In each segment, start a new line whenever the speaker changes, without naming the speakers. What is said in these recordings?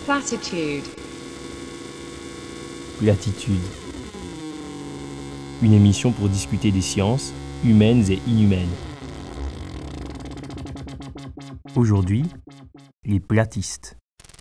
Platitude.
Platitude. Une émission pour discuter des sciences, humaines et inhumaines. Aujourd'hui, les platistes.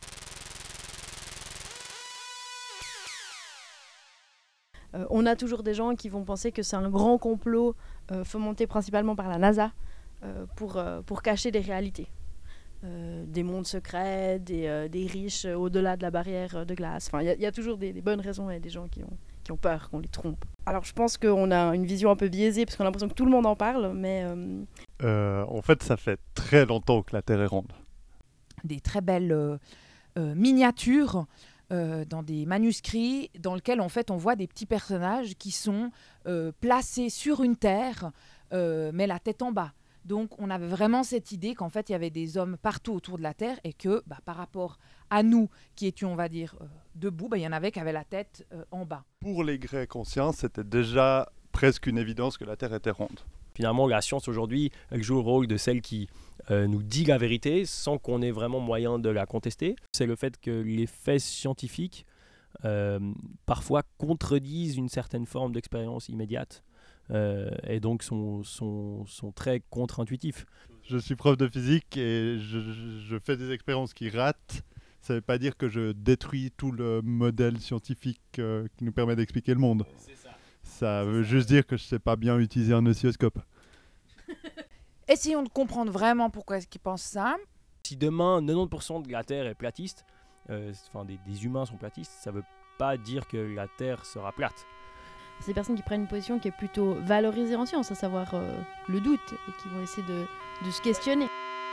On a toujours des gens qui vont penser que c'est un grand complot fomenté principalement par la NASA pour cacher des réalités. Des mondes secrets, des riches au-delà de la barrière de glace. Enfin, il y a toujours des bonnes raisons et des gens qui ont peur qu'on les trompe. Alors je pense qu'on a une vision un peu biaisée parce qu'on a l'impression que tout le monde en parle, mais...
En fait, ça fait très longtemps que la Terre est ronde.
Des très belles miniatures dans des manuscrits dans lesquels en fait on voit des petits personnages qui sont placés sur une terre mais la tête en bas. Donc on avait vraiment cette idée qu'en fait il y avait des hommes partout autour de la terre et que par rapport à nous qui étions on va dire debout, il y en avait qui avaient la tête en bas.
Pour les Grecs anciens, c'était déjà presque une évidence que la Terre était ronde.
Finalement, la science aujourd'hui, elle joue le rôle de celle qui nous dit la vérité sans qu'on ait vraiment moyen de la contester. C'est le fait que les faits scientifiques parfois contredisent une certaine forme d'expérience immédiate et donc sont très contre-intuitifs.
Je suis prof de physique et je fais des expériences qui ratent. Ça ne veut pas dire que je détruis tout le modèle scientifique qui nous permet d'expliquer le monde. Ça veut juste dire que je ne sais pas bien utiliser un oscilloscope.
Essayons de comprendre vraiment pourquoi est-ce qu'ils pensent ça.
Si demain 90% de la Terre est platiste, des humains sont platistes, ça ne veut pas dire que la Terre sera plate.
C'est des personnes qui prennent une position qui est plutôt valorisée en science, à savoir le doute, et qui vont essayer de se questionner.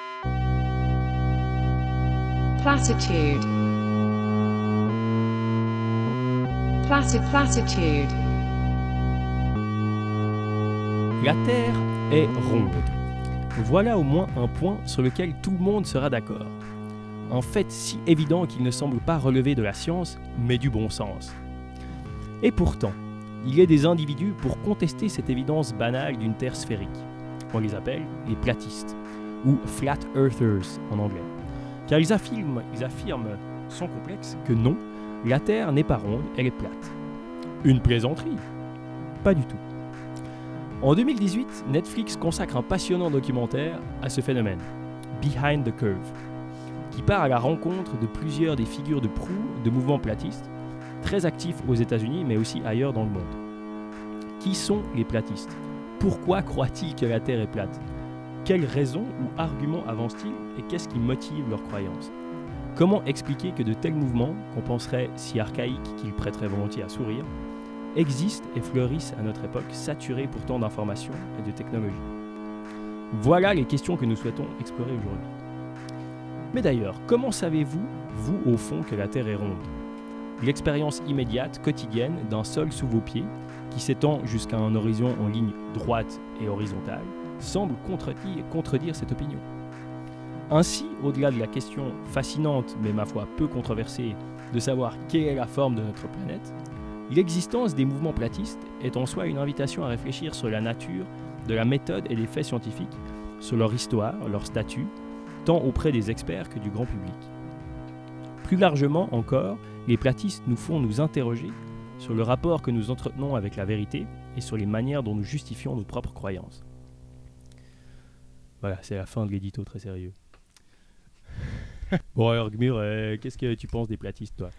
Platitude. Platitude.
La Terre est ronde. Voilà au moins un point sur lequel tout le monde sera d'accord. Un fait si évident qu'il ne semble pas relever de la science, mais du bon sens. Et pourtant, il y a des individus pour contester cette évidence banale d'une Terre sphérique. On les appelle les platistes, ou flat earthers en anglais. Car ils affirment sans complexe que non, la Terre n'est pas ronde, elle est plate. Une plaisanterie? Pas du tout. En 2018, Netflix consacre un passionnant documentaire à ce phénomène, Behind the Curve, qui part à la rencontre de plusieurs des figures de proue de mouvements platistes, très actifs aux États-Unis mais aussi ailleurs dans le monde. Qui sont les platistes? Pourquoi croient-ils que la Terre est plate? Quelles raisons ou arguments avancent-ils et qu'est-ce qui motive leurs croyances? Comment expliquer que de tels mouvements, qu'on penserait si archaïques qu'ils prêteraient volontiers à sourire, existent et fleurissent à notre époque, saturés pourtant d'informations et de technologies? Voilà les questions que nous souhaitons explorer aujourd'hui. Mais d'ailleurs, comment savez-vous, vous au fond, que la Terre est ronde? L'expérience immédiate, quotidienne, d'un sol sous vos pieds, qui s'étend jusqu'à un horizon en ligne droite et horizontale, semble contredire cette opinion. Ainsi, au-delà de la question fascinante, mais ma foi peu controversée, de savoir quelle est la forme de notre planète, l'existence des mouvements platistes est en soi une invitation à réfléchir sur la nature de la méthode et des faits scientifiques, sur leur histoire, leur statut, tant auprès des experts que du grand public. Plus largement encore, les platistes nous font nous interroger sur le rapport que nous entretenons avec la vérité et sur les manières dont nous justifions nos propres croyances. Voilà, c'est la fin de l'édito très sérieux. Bon alors Gmur, qu'est-ce que tu penses des platistes, toi?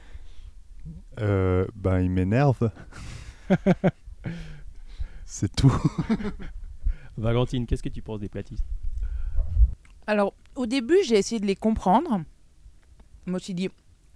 Ils m'énervent. C'est tout.
Valentine, qu'est-ce que tu penses des platistes?
Alors au début j'ai essayé de les comprendre. Je me suis dit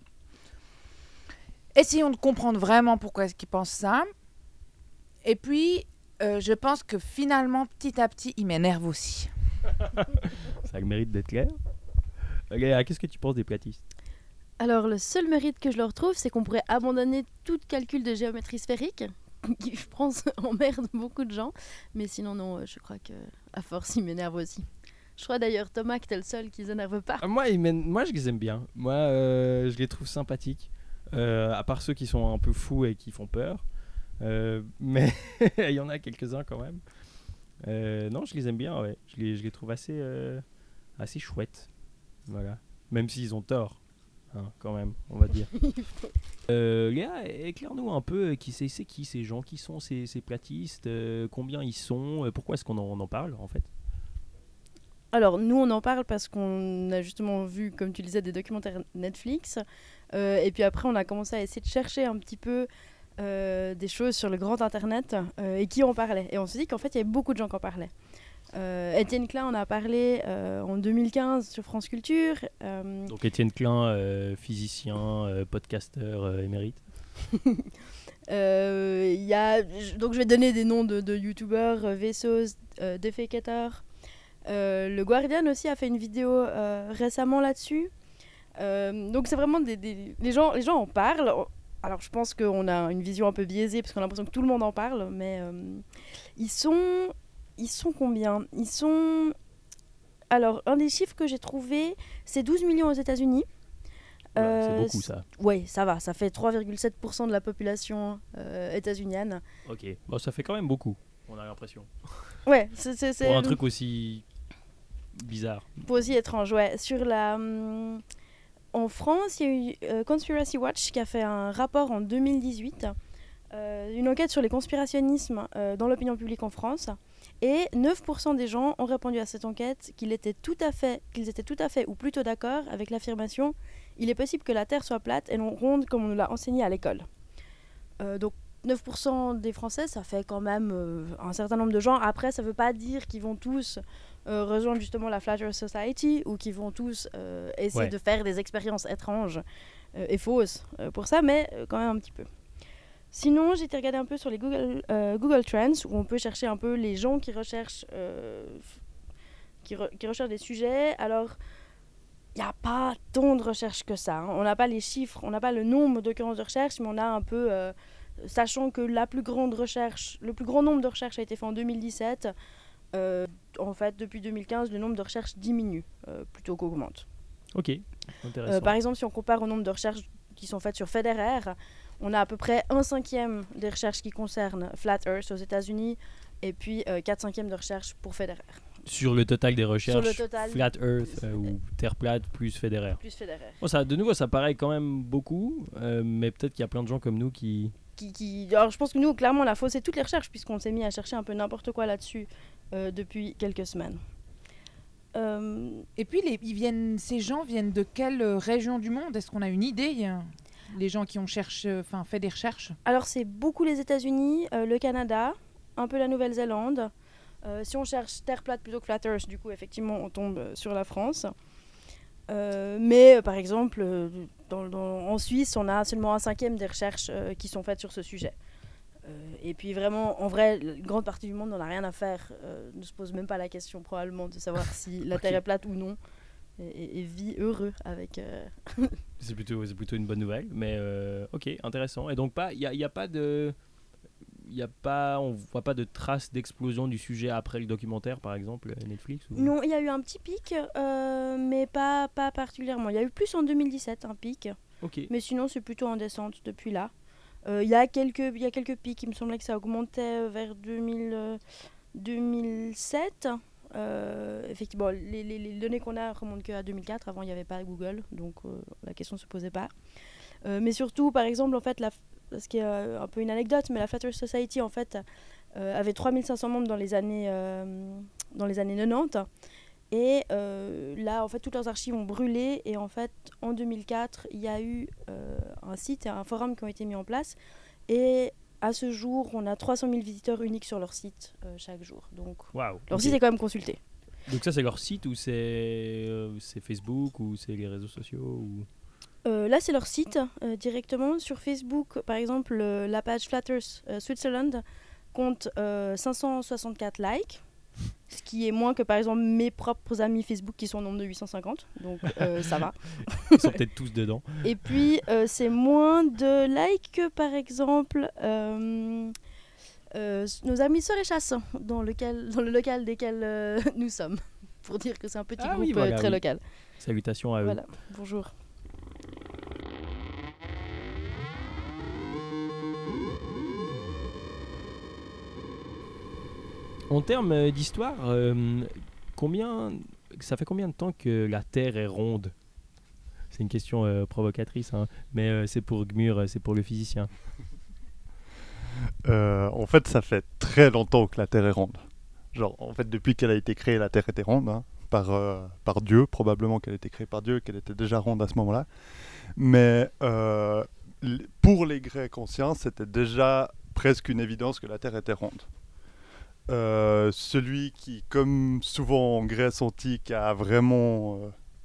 essayons de comprendre vraiment pourquoi est-ce qu'ils pensent ça. Et puis je pense que finalement petit à petit ils m'énervent aussi.
Ça a le mérite d'être clair. Léa, qu'est-ce que tu penses des platistes?
Alors le seul mérite que je leur trouve, c'est qu'on pourrait abandonner tout calcul de géométrie sphérique, qui je pense emmerde beaucoup de gens, mais sinon non, je crois que à force ils m'énervent aussi. Je crois d'ailleurs Thomas que t'es le seul qui s'énerve pas.
Moi je les aime bien. Moi je les trouve sympathiques, à part ceux qui sont un peu fous et qui font peur. Mais il y en a quelques-uns quand même. Non, je les aime bien, ouais. Je les trouve assez chouettes. Voilà. Même s'ils ont tort. hein, quand même, on va dire. Léa, éclaire-nous un peu c'est qui ces gens, qui sont ces platistes, combien ils sont, pourquoi est-ce qu'on en parle en fait?
Alors, nous, on en parle parce qu'on a justement vu, comme tu disais, des documentaires Netflix. Et puis après, on a commencé à essayer de chercher un petit peu des choses sur le grand Internet et qui en parlait. Et on s'est dit qu'en fait, il y avait beaucoup de gens qui en parlaient. Étienne Klein en a parlé en 2015 sur France Culture.
Donc Étienne Klein, physicien, podcasteur émérite.
Donc je vais donner des noms de youtubeurs, Vsauce, Defecator. Le Guardian aussi a fait une vidéo récemment là-dessus. Donc c'est vraiment les gens en parlent. Alors je pense qu'on a une vision un peu biaisée parce qu'on a l'impression que tout le monde en parle, mais ils sont combien? Alors un des chiffres que j'ai trouvé, c'est 12 millions aux États-Unis.
C'est beaucoup ça.
Oui, ça va, ça fait 3,7% de la population états-unienne.
Ok, bon, ça fait quand même beaucoup, on a l'impression.
Ouais, c'est
Pour un truc aussi bizarre.
Pour aussi étrange, ouais. En France, il y a eu Conspiracy Watch qui a fait un rapport en 2018, une enquête sur les conspirationnismes dans l'opinion publique en France. Et 9% des gens ont répondu à cette enquête qu'ils étaient tout à fait ou plutôt d'accord avec l'affirmation « Il est possible que la Terre soit plate et non ronde comme on nous l'a enseigné à l'école ». Donc 9% des Français, ça fait quand même un certain nombre de gens. Après, ça ne veut pas dire qu'ils vont tous rejoindre justement la Flat Earth Society ou qu'ils vont tous essayer de faire des expériences étranges et fausses pour ça, mais quand même un petit peu. Sinon, j'ai été regarder un peu sur les Google Trends, où on peut chercher un peu les gens qui recherchent, qui recherchent des sujets. Alors, il n'y a pas tant de recherches que ça. Hein. On n'a pas les chiffres, on n'a pas le nombre d'occurrences de recherche, mais on a un peu, sachant que le plus grand nombre de recherches a été fait en 2017, en fait, depuis 2015, le nombre de recherches diminue plutôt qu'augmente.
Ok, intéressant.
Par exemple, si on compare au nombre de recherches qui sont faites sur Federer, on a à peu près 1/5 des recherches qui concernent Flat Earth aux États-Unis et puis 4/5 de recherches pour Federer.
Sur le total des recherches,
Sur le total,
Flat Earth ou Terre plate plus Federer.
Plus Federer.
Bon, de nouveau, ça paraît quand même beaucoup, mais peut-être qu'il y a plein de gens comme nous qui...
Alors je pense que nous, clairement, on a faussé toutes les recherches puisqu'on s'est mis à chercher un peu n'importe quoi là-dessus depuis quelques semaines.
Et puis, ces gens viennent de quelle région du monde? Est-ce qu'on a une idée? Les gens qui ont fait des recherches?
Alors, c'est beaucoup les États-Unis, le Canada, un peu la Nouvelle-Zélande. Si on cherche Terre plate plutôt que Flat Earth, du coup, effectivement, on tombe sur la France. Mais, par exemple, en Suisse, on a seulement 1/5 des recherches qui sont faites sur ce sujet. Et puis vraiment, en vrai, une grande partie du monde n'en a rien à faire, ne se pose même pas la question probablement de savoir si la Terre est plate ou non, et vit heureux avec...
C'est plutôt une bonne nouvelle, mais ok, intéressant. Et donc on voit pas de traces d'explosion du sujet après le documentaire, par exemple, Netflix ou...
Non, il y a eu un petit pic, mais pas particulièrement. Il y a eu plus en 2017, un pic, mais sinon c'est plutôt en descente depuis là. Il y a quelques pics, il me semblait que ça augmentait vers 2007. Effectivement, les données qu'on a remontent qu'à 2004. Avant, il n'y avait pas Google, donc la question ne se posait pas. Mais surtout, par exemple, en fait, ce qui est un peu une anecdote, mais la Flat Earth Society, en fait, avait 3500 membres dans les années 90. Et là, en fait, toutes leurs archives ont brûlé. Et en fait, en 2004, il y a eu un site et un forum qui ont été mis en place. Et à ce jour, on a 300 000 visiteurs uniques sur leur site chaque jour. Donc, leur site est quand même consulté.
Donc ça, c'est leur site ou c'est Facebook ou c'est les réseaux sociaux ou...
Là, c'est leur site directement. Sur Facebook, par exemple, la page Flat Earth Switzerland compte 564 likes. Ce qui est moins que par exemple mes propres amis Facebook qui sont au nombre de 850, donc ça va.
Ils sont peut-être tous dedans.
Et puis c'est moins de likes que par exemple nos amis Sœurs et Chasse dans le local desquels nous sommes, pour dire que c'est un petit groupe très local.
Salutations à eux.
Voilà, bonjour.
En termes d'histoire, ça fait combien de temps que la Terre est ronde? C'est une question provocatrice, hein. Mais c'est pour Gmur, c'est pour le physicien.
En fait, ça fait très longtemps que la Terre est ronde. Genre, en fait, depuis qu'elle a été créée, la Terre était ronde, hein, par Dieu, probablement qu'elle a été créée par Dieu, qu'elle était déjà ronde à ce moment-là. Mais pour les Grecs anciens, c'était déjà presque une évidence que la Terre était ronde. Celui qui, comme souvent en Grèce antique, a vraiment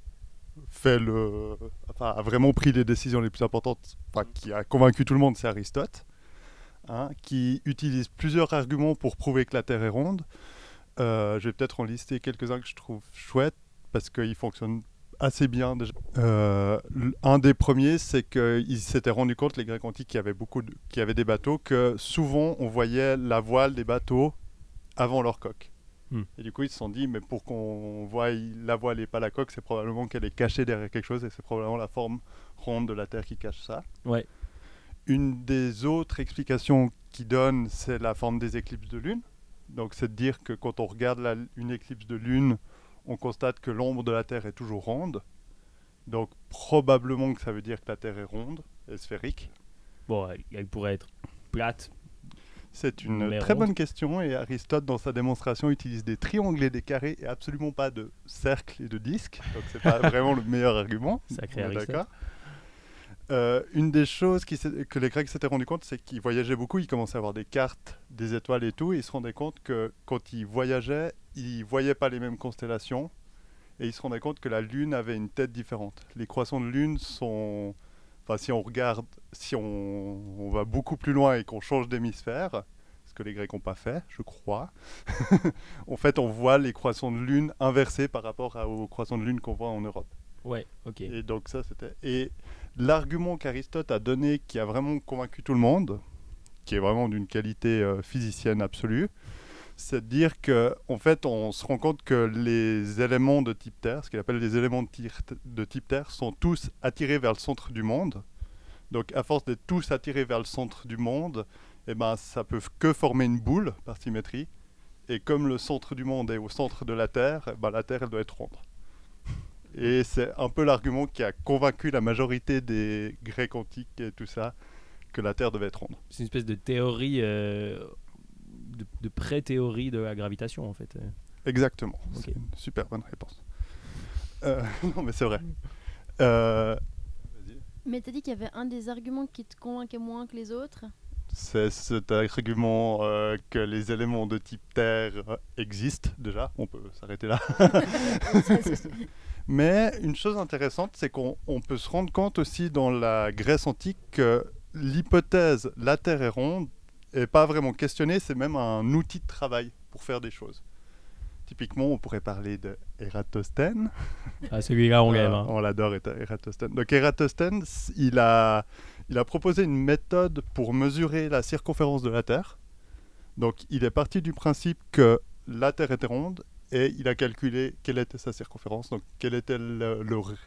a vraiment pris les décisions les plus importantes, qui a convaincu tout le monde, c'est Aristote, hein, qui utilise plusieurs arguments pour prouver que la Terre est ronde. Je vais peut-être en lister quelques-uns que je trouve chouettes, parce qu'ils fonctionnent assez bien déjà. Un des premiers, c'est qu'ils s'étaient rendus compte, les Grecs antiques qui avaient des bateaux, que souvent on voyait la voile des bateaux avant leur coque. Et du coup, ils se sont dit, mais pour qu'on voie la voile et pas la coque, c'est probablement qu'elle est cachée derrière quelque chose, et c'est probablement la forme ronde de la Terre qui cache ça.
Ouais.
Une des autres explications qu'ils donnent, c'est la forme des éclipses de lune. Donc, c'est de dire que quand on regarde une éclipse de lune, on constate que l'ombre de la Terre est toujours ronde. Donc, probablement que ça veut dire que la Terre est ronde et sphérique.
Bon, elle pourrait être plate.
C'est une
mais
très
ronde.
bonne question, et Aristote, dans sa démonstration, utilise des triangles et des carrés et absolument pas de cercles et de disques. Donc, c'est pas vraiment le meilleur argument.
Sacré
On est
Aristote.
d'accord. Une des choses que les Grecs s'étaient rendus compte, c'est qu'ils voyageaient beaucoup, ils commençaient à avoir des cartes, des étoiles et tout, et ils se rendaient compte que quand ils voyageaient, ils voyaient pas les mêmes constellations, et ils se rendaient compte que la Lune avait une tête différente. Les croissants de Lune sont... Enfin, si on regarde, si on va beaucoup plus loin et qu'on change d'hémisphère, ce que les Grecs n'ont pas fait, je crois, en fait, on voit les croissants de Lune inversés par rapport aux croissants de Lune qu'on voit en Europe.
Ouais, ok.
Et donc ça, c'était... Et l'argument qu'Aristote a donné, qui a vraiment convaincu tout le monde, qui est vraiment d'une qualité physicienne absolue, c'est de dire que, en fait, on se rend compte que les éléments de type Terre, ce qu'il appelle les éléments de type Terre, sont tous attirés vers le centre du monde. Donc, à force d'être tous attirés vers le centre du monde, eh ben, ça peut que former une boule par symétrie. Et comme le centre du monde est au centre de la Terre, eh ben, la Terre, elle doit être ronde. Et c'est un peu l'argument qui a convaincu la majorité des Grecs antiques et tout ça, que la Terre devait être ronde.
C'est une espèce de théorie, de pré-théorie de la gravitation, en fait.
Exactement.
Ok.
C'est une super bonne réponse. Non, mais c'est vrai. Vas-y.
Mais t'as dit qu'il y avait un des arguments qui te convainquait moins que les autres.
C'est cet argument que les éléments de type Terre existent déjà. On peut s'arrêter là. Mais une chose intéressante, c'est qu'on peut se rendre compte aussi dans la Grèce antique que l'hypothèse « la Terre est ronde » n'est pas vraiment questionnée, c'est même un outil de travail pour faire des choses. Typiquement, on pourrait parler de Ératosthène.
Ah, celui-là, on l'aime. Hein.
On l'adore, Ératosthène. Donc Ératosthène, il a proposé une méthode pour mesurer la circonférence de la Terre. Donc il est parti du principe que la Terre était ronde, et il a calculé quelle était sa circonférence, donc quel était le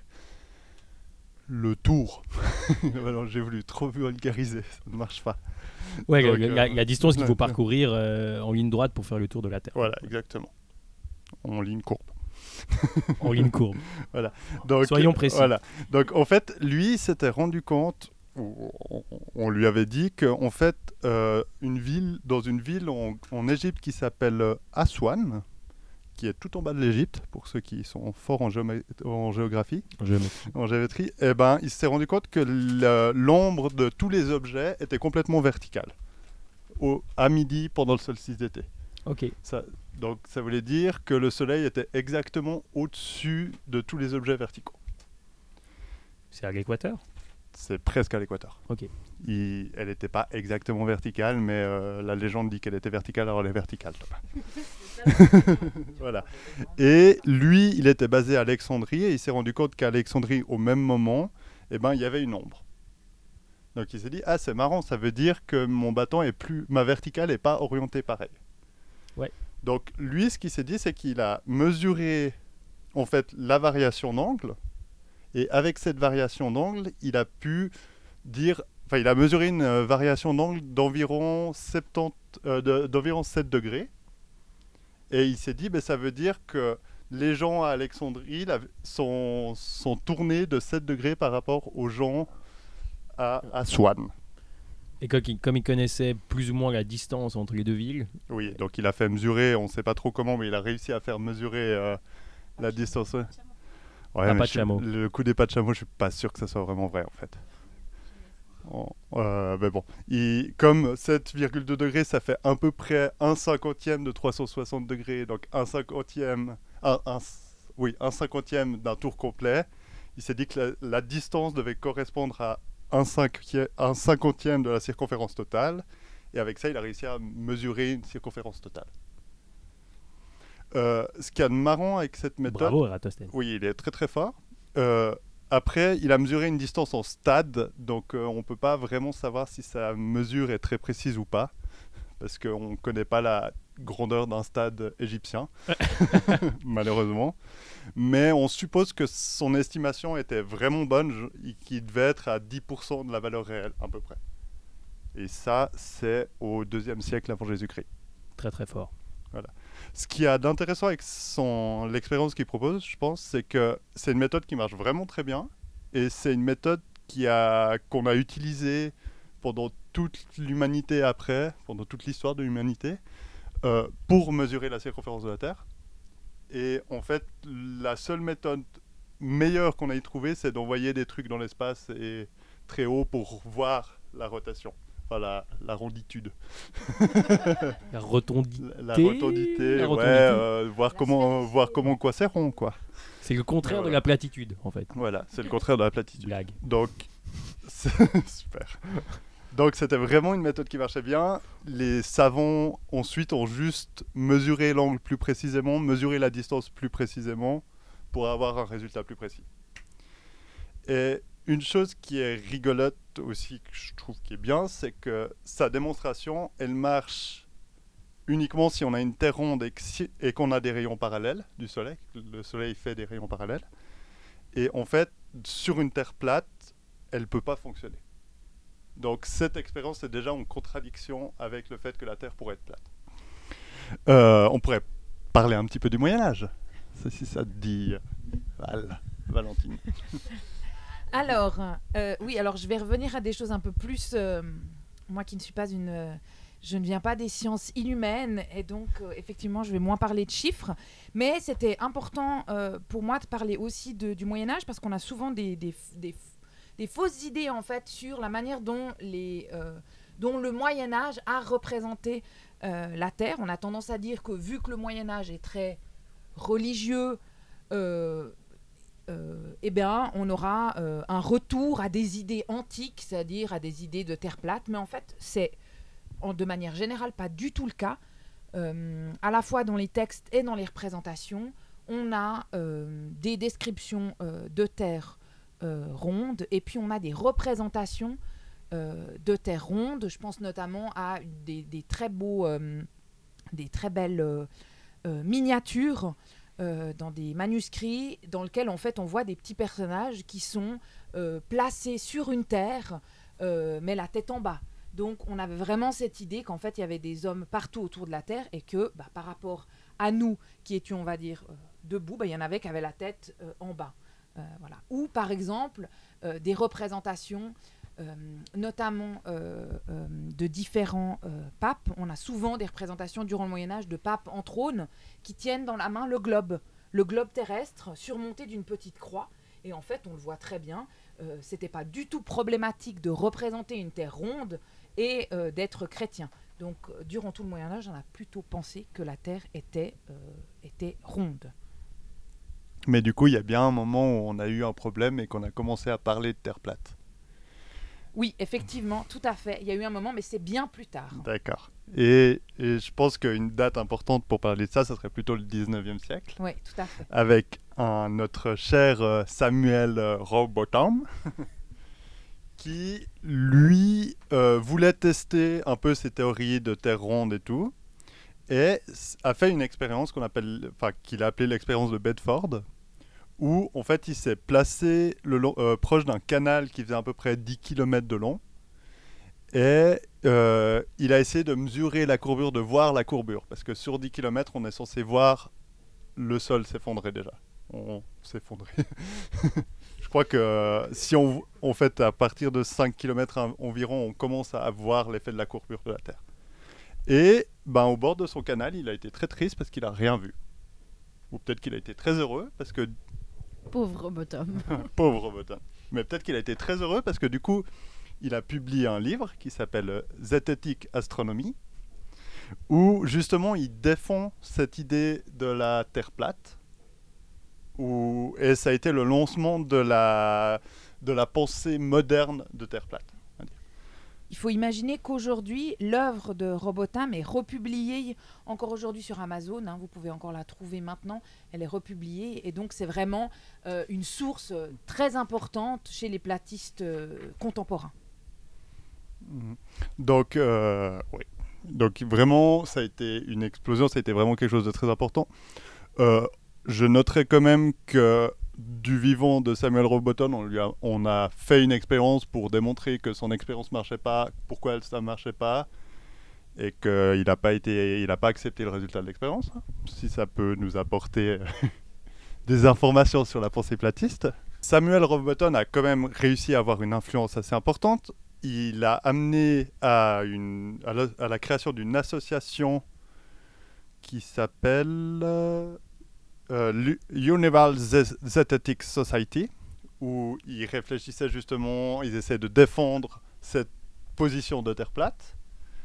tour. Alors, j'ai voulu trop vulgariser, ça ne marche pas.
Ouais,
Donc,
la distance qu'il faut
ouais.
parcourir en ligne droite pour faire le tour de la Terre.
Voilà, exactement. En ligne courbe.
En ligne courbe.
Donc,
Soyons précis.
Voilà. Donc en fait, lui il s'était rendu compte, on lui avait dit qu'en fait, dans une ville en Égypte qui s'appelle Aswan, qui est tout en bas de l'Égypte, pour ceux qui sont forts en géographie, en géométrie, eh ben, il s'est rendu compte que l'ombre de tous les objets était complètement verticale, à midi pendant le solstice d'été.
Ok.
Donc ça voulait dire que le soleil était exactement au-dessus de tous les objets verticaux.
C'est à l'équateur?
C'est presque à l'équateur.
Ok.
Elle n'était pas exactement verticale, mais la légende dit qu'elle était verticale, alors elle est verticale. Voilà. Et lui, il était basé à Alexandrie, et il s'est rendu compte qu'à Alexandrie, au même moment, eh ben, il y avait une ombre. Donc il s'est dit, ah c'est marrant, ça veut dire que ma verticale n'est pas orientée pareil.
Ouais.
Donc lui, ce qu'il s'est dit, c'est qu'il a mesuré en fait la variation d'angle, et avec cette variation d'angle, il a mesuré une variation d'angle d'environ 7 degrés, et il s'est dit, ça veut dire que les gens à Alexandrie sont tournés de 7 degrés par rapport aux gens à Aswan.
Et comme il connaissait plus ou moins la distance entre les deux villes,
Oui, donc il a fait mesurer, on ne sait pas trop comment, mais il a réussi à faire mesurer la distance. Ouais,
pas
mais
de chameau.
Le coup des pas de chameau, je suis pas sûr que ça soit vraiment vrai en fait. Mais bon, comme 7,2 degrés, ça fait à peu près 1/50 de 360 degrés, donc 1/50, un cinquantième d'un tour complet. Il s'est dit que la distance devait correspondre à un cinquantième de la circonférence totale, et avec ça, il a réussi à mesurer une circonférence totale. Ce qu'il y a de marrant avec cette méthode...
Bravo Eratosthène.
Oui, il est très très fort. Après, il a mesuré une distance en stade, donc on ne peut pas vraiment savoir si sa mesure est très précise ou pas, parce qu'on ne connaît pas la grandeur d'un stade égyptien, malheureusement. Mais on suppose que son estimation était vraiment bonne, qu'il devait être à 10% de la valeur réelle, à peu près. Et ça, c'est au 2e siècle avant Jésus-Christ.
Très très fort.
Voilà. Ce qu'il y a d'intéressant avec l'expérience qu'il propose, je pense, c'est que c'est une méthode qui marche vraiment très bien. Et c'est une méthode qu'on a utilisée pendant toute l'humanité après, pendant toute l'histoire de l'humanité, pour mesurer la circonférence de la Terre. Et en fait, la seule méthode meilleure qu'on ait trouvée, c'est d'envoyer des trucs dans l'espace et très haut pour voir la rotation. Enfin, la ronditude.
La rotondité.
La rotondité,
La
ouais,
rotondité.
voir comment quoi c'est rond, quoi.
C'est le contraire de la platitude, en fait.
Voilà, c'est le contraire de la platitude.
Blague.
Donc, super. Donc, c'était vraiment une méthode qui marchait bien. Les savants, ensuite, ont juste mesuré l'angle plus précisément, mesuré la distance plus précisément pour avoir un résultat plus précis. Et une chose qui est rigolote aussi, que je trouve qui est bien, c'est que sa démonstration, elle marche uniquement si on a une Terre ronde et qu'on a des rayons parallèles du Soleil. Le Soleil fait des rayons parallèles. Et en fait, sur une Terre plate, elle ne peut pas fonctionner. Donc cette expérience est déjà en contradiction avec le fait que la Terre pourrait être plate. On pourrait parler un petit peu du Moyen-Âge, si ça te dit, Valentine.
Alors, oui, alors je vais revenir à des choses un peu plus... moi qui ne suis pas je ne viens pas des sciences inhumaines et donc effectivement je vais moins parler de chiffres, mais c'était important pour moi de parler aussi du Moyen-Âge parce qu'on a souvent des fausses idées en fait sur la manière dont le Moyen-Âge a représenté la Terre. On a tendance à dire que vu que le Moyen-Âge est très religieux, eh bien, on aura un retour à des idées antiques, c'est-à-dire à des idées de terre plate. Mais en fait, c'est de manière générale pas du tout le cas. À la fois dans les textes et dans les représentations, on a des descriptions de terre ronde et puis on a des représentations de terre ronde. Je pense notamment à des très belles miniatures dans des manuscrits dans lesquels en fait on voit des petits personnages qui sont placés sur une terre mais la tête en bas. Donc on avait vraiment cette idée qu'en fait il y avait des hommes partout autour de la terre et que par rapport à nous qui étions on va dire debout, il y en avait qui avaient la tête en bas. Voilà. Ou par exemple des représentations notamment de différents papes. On a souvent des représentations durant le Moyen-Âge de papes en trône qui tiennent dans la main le globe terrestre surmonté d'une petite croix. Et en fait, on le voit très bien, c'était pas du tout problématique de représenter une terre ronde et d'être chrétien. Donc, durant tout le Moyen-Âge, on a plutôt pensé que la terre était ronde.
Mais du coup, il y a bien un moment où on a eu un problème et qu'on a commencé à parler de terre plate.
Oui, effectivement, tout à fait. Il y a eu un moment, mais c'est bien plus tard.
D'accord. Et je pense qu'une date importante pour parler de ça, ça serait plutôt le 19e siècle.
Oui, tout à fait.
Avec notre cher Samuel Rowbotham, qui, lui, voulait tester un peu ces théories de terre ronde et tout, et a fait une expérience qu'il a appelée l'expérience de Bedford, où en fait il s'est placé proche d'un canal qui faisait à peu près 10 km de long, et il a essayé de mesurer la courbure, de voir la courbure, parce que sur 10 km on est censé voir le sol s'effondrait déjà. On s'effondrait. Je crois que si on fait à partir de 5 km environ, on commence à voir l'effet de la courbure de la Terre. Et au bord de son canal, il a été très triste parce qu'il n'a rien vu. Ou peut-être qu'il a été très heureux parce que...
Pauvre Bottom.
Pauvre Bottom. Mais peut-être qu'il a été très heureux parce que du coup, il a publié un livre qui s'appelle Zététique Astronomie, où justement il défend cette idée de la Terre plate, et ça a été le lancement de la pensée moderne de Terre plate.
Il faut imaginer qu'aujourd'hui, l'œuvre de Robotham est republiée encore aujourd'hui sur Amazon. Vous pouvez encore la trouver maintenant. Elle est republiée. Et donc, c'est vraiment une source très importante chez les platistes contemporains.
Donc, oui. Donc, vraiment, ça a été une explosion. Ça a été vraiment quelque chose de très important. Je noterai quand même que du vivant de Samuel Robotham, on a fait une expérience pour démontrer que son expérience marchait pas, pourquoi ça marchait pas, et qu'il n'a pas accepté le résultat de l'expérience. Si ça peut nous apporter des informations sur la pensée platiste. Samuel Robotham a quand même réussi à avoir une influence assez importante. Il a amené à la création d'une association qui s'appelle Universal Zététique Society, où ils réfléchissaient justement, ils essaient de défendre cette position de Terre plate.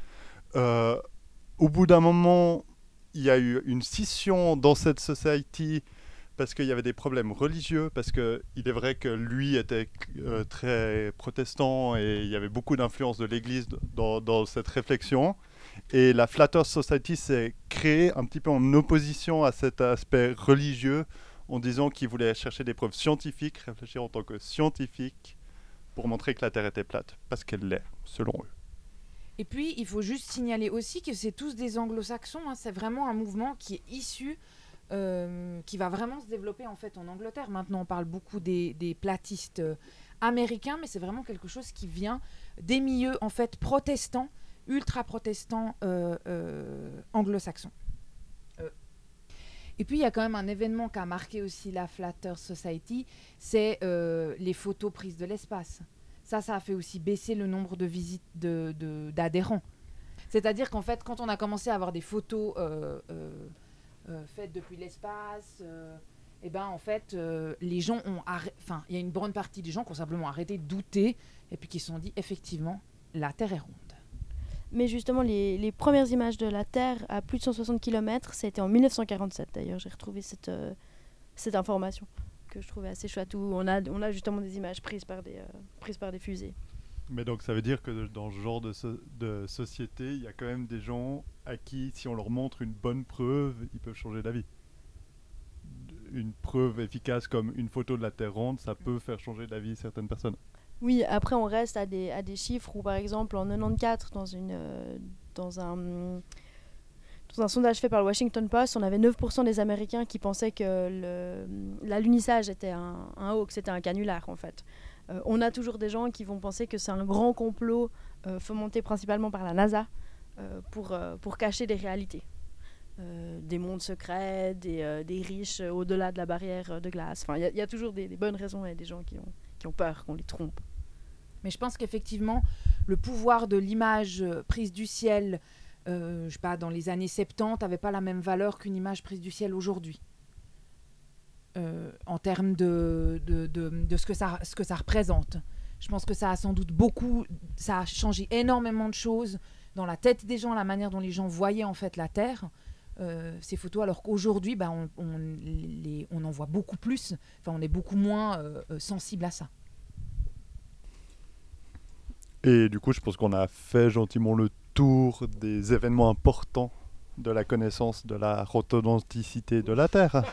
Au bout d'un moment, il y a eu une scission dans cette society parce qu'il y avait des problèmes religieux, parce qu'il est vrai que lui était très protestant et il y avait beaucoup d'influence de l'Église dans cette réflexion. Et la Flat Earth Society s'est créée un petit peu en opposition à cet aspect religieux, en disant qu'ils voulaient chercher des preuves scientifiques, réfléchir en tant que scientifiques, pour montrer que la Terre était plate, parce qu'elle l'est, selon eux.
Et puis, il faut juste signaler aussi que c'est tous des anglo-saxons. C'est vraiment un mouvement qui est issu, qui va vraiment se développer en fait en Angleterre. Maintenant, on parle beaucoup des platistes américains, mais c'est vraiment quelque chose qui vient des milieux en fait protestants, ultra-protestants anglo-saxons. Et puis, il y a quand même un événement qui a marqué aussi la Flat Earth Society, c'est les photos prises de l'espace. Ça a fait aussi baisser le nombre de visites d'adhérents. C'est-à-dire qu'en fait, quand on a commencé à avoir des photos faites depuis l'espace, en fait, les gens ont il y a une bonne partie des gens qui ont simplement arrêté de douter et puis qui se sont dit, effectivement, la Terre est ronde.
Mais justement, les premières images de la Terre à plus de 160 km, c'était en 1947 d'ailleurs. J'ai retrouvé cette information que je trouvais assez chouette, où on a justement des images prises par des fusées.
Mais donc ça veut dire que dans ce genre de société, il y a quand même des gens à qui, si on leur montre une bonne preuve, ils peuvent changer d'avis. Une preuve efficace comme une photo de la Terre ronde, ça peut faire changer d'avis certaines personnes.
Oui, après on reste à des chiffres où par exemple en 94, dans un sondage fait par le Washington Post, on avait 9% des Américains qui pensaient que l'alunissage était un hoax, c'était un canular en fait. On a toujours des gens qui vont penser que c'est un grand complot fomenté principalement par la NASA pour cacher des réalités. Des mondes secrets, des riches au-delà de la barrière de glace. Enfin, il y a toujours des bonnes raisons et des gens qui ont peur qu'on les trompe.
Mais je pense qu'effectivement, le pouvoir de l'image prise du ciel, je sais pas, dans les années 70, n'avait pas la même valeur qu'une image prise du ciel aujourd'hui. En termes de ce que ça représente. Je pense que ça a sans doute ça a changé énormément de choses dans la tête des gens, la manière dont les gens voyaient en fait la Terre. Ces photos, alors qu'aujourd'hui, on en voit beaucoup plus. Enfin, on est beaucoup moins sensible à ça.
Et du coup, je pense qu'on a fait gentiment le tour des événements importants de la connaissance de la rhodonticité de la Terre.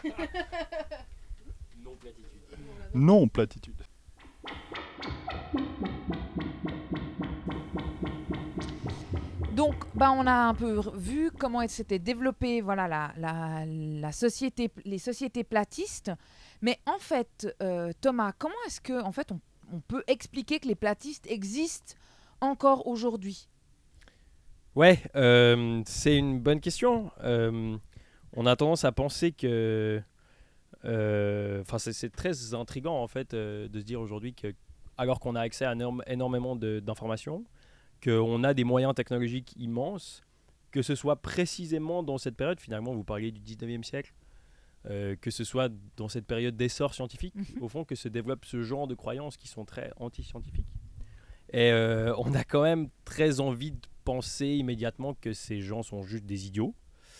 Non platitude.
Donc, on a un peu vu comment s'était développée la société, les sociétés platistes. Mais en fait, Thomas, comment est-ce que en fait, on peut expliquer que les platistes existent encore aujourd'hui ?
Ouais, c'est une bonne question. on a tendance à penser que... c'est très intriguant en fait de se dire aujourd'hui que, alors qu'on a accès à énormément d'informations, qu'on a des moyens technologiques immenses, que ce soit précisément dans cette période, finalement vous parliez du 19e siècle, que ce soit dans cette période d'essor scientifique, au fond, que se développe ce genre de croyances qui sont très anti-scientifiques. Et on a quand même très envie de penser immédiatement que ces gens sont juste des idiots.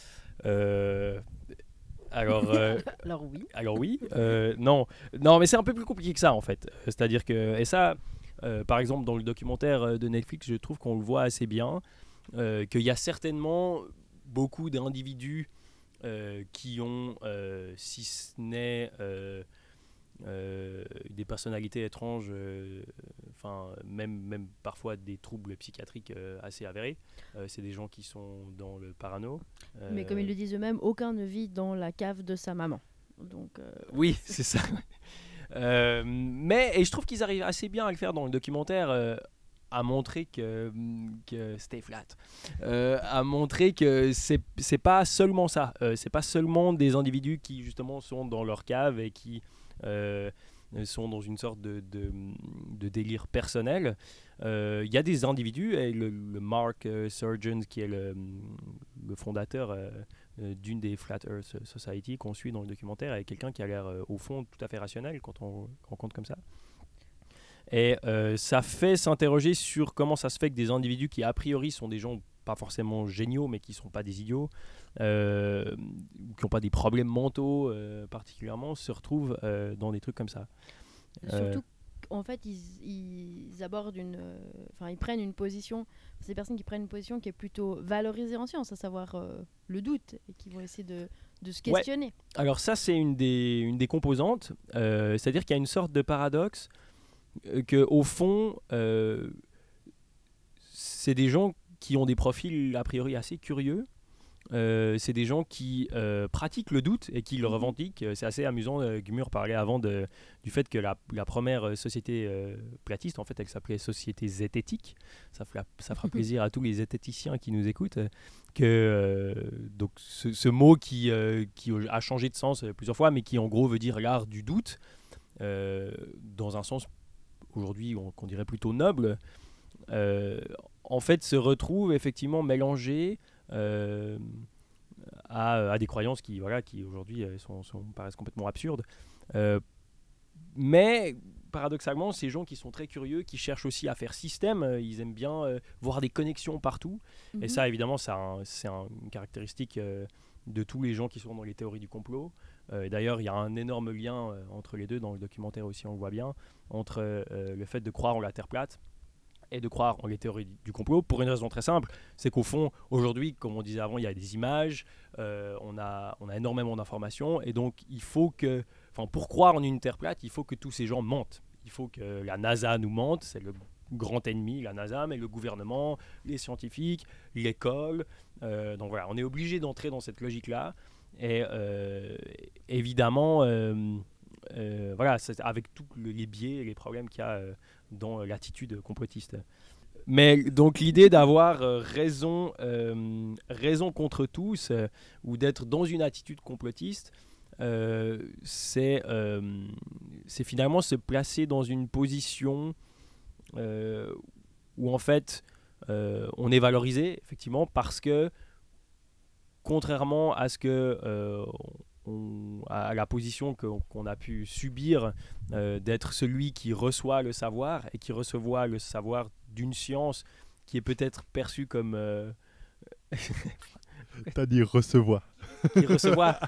Alors
oui.
alors oui, non, mais c'est un peu plus compliqué que ça en fait. C'est-à-dire que, et ça, par exemple dans le documentaire de Netflix, je trouve qu'on le voit assez bien, qu'il y a certainement beaucoup d'individus qui ont, si ce n'est des personnalités étranges, même parfois des troubles psychiatriques assez avérés. C'est des gens qui sont dans le parano.
Mais comme ils le disent eux-mêmes, aucun ne vit dans la cave de sa maman. Donc,
Oui, c'est ça. Et je trouve qu'ils arrivent assez bien à le faire dans le documentaire, à montrer que stay flat, à montrer que c'est pas seulement ça. C'est pas seulement des individus qui justement sont dans leur cave et qui sont dans une sorte de délire personnel. Il y a des individus, et le Mark Surgeon, qui est le fondateur d'une des Flat Earth Society qu'on suit dans le documentaire, est quelqu'un qui a l'air au fond tout à fait rationnel quand on rencontre comme ça. Et ça fait s'interroger sur comment ça se fait que des individus qui a priori sont des gens pas forcément géniaux, mais qui ne sont pas des idiots, qui n'ont pas des problèmes mentaux particulièrement, se retrouvent dans des trucs comme ça.
Surtout, en fait, ils abordent ils prennent une position, c'est des personnes qui prennent une position qui est plutôt valorisée en science, à savoir le doute, et qui vont essayer de se questionner.
Ouais. Alors ça, c'est une des composantes, c'est-à-dire qu'il y a une sorte de paradoxe que, au fond, c'est des gens qui ont des profils a priori assez curieux. C'est des gens qui pratiquent le doute et qui le revendiquent. C'est assez amusant. Gmür parlait avant du fait que la première société platiste, en fait, elle s'appelait Société Zététique. Ça fera plaisir à tous les zététiciens qui nous écoutent. Donc ce mot qui a changé de sens plusieurs fois, mais qui en gros veut dire l'art du doute, dans un sens aujourd'hui qu'on dirait plutôt noble, en fait se retrouve effectivement mélangé à des croyances qui aujourd'hui paraissent complètement absurdes. Mais paradoxalement, ces gens qui sont très curieux, qui cherchent aussi à faire système, ils aiment bien voir des connexions partout. Et ça, évidemment, c'est une caractéristique de tous les gens qui sont dans les théories du complot. D'ailleurs, il y a un énorme lien entre les deux, dans le documentaire aussi, on le voit bien, entre le fait de croire en la Terre plate et de croire en les théories du complot, pour une raison très simple, c'est qu'au fond, aujourd'hui, comme on disait avant, il y a des images, on a énormément d'informations, et donc il faut que, pour croire en une Terre plate, il faut que tous ces gens mentent. Il faut que la NASA nous mente, c'est le grand ennemi, la NASA, mais le gouvernement, les scientifiques, l'école. Donc voilà, on est obligé d'entrer dans cette logique-là, et évidemment... c'est avec tous les biais et les problèmes qu'il y a dans l'attitude complotiste. Mais donc l'idée d'avoir raison contre tous, ou d'être dans une attitude complotiste, c'est finalement se placer dans une position où en fait on est valorisé effectivement, parce que contrairement à ce que à la position qu'on a pu subir, d'être celui qui reçoit le savoir, et qui reçoit le savoir d'une science qui est peut-être perçue comme...
T'as dit recevoir.
qui reçoit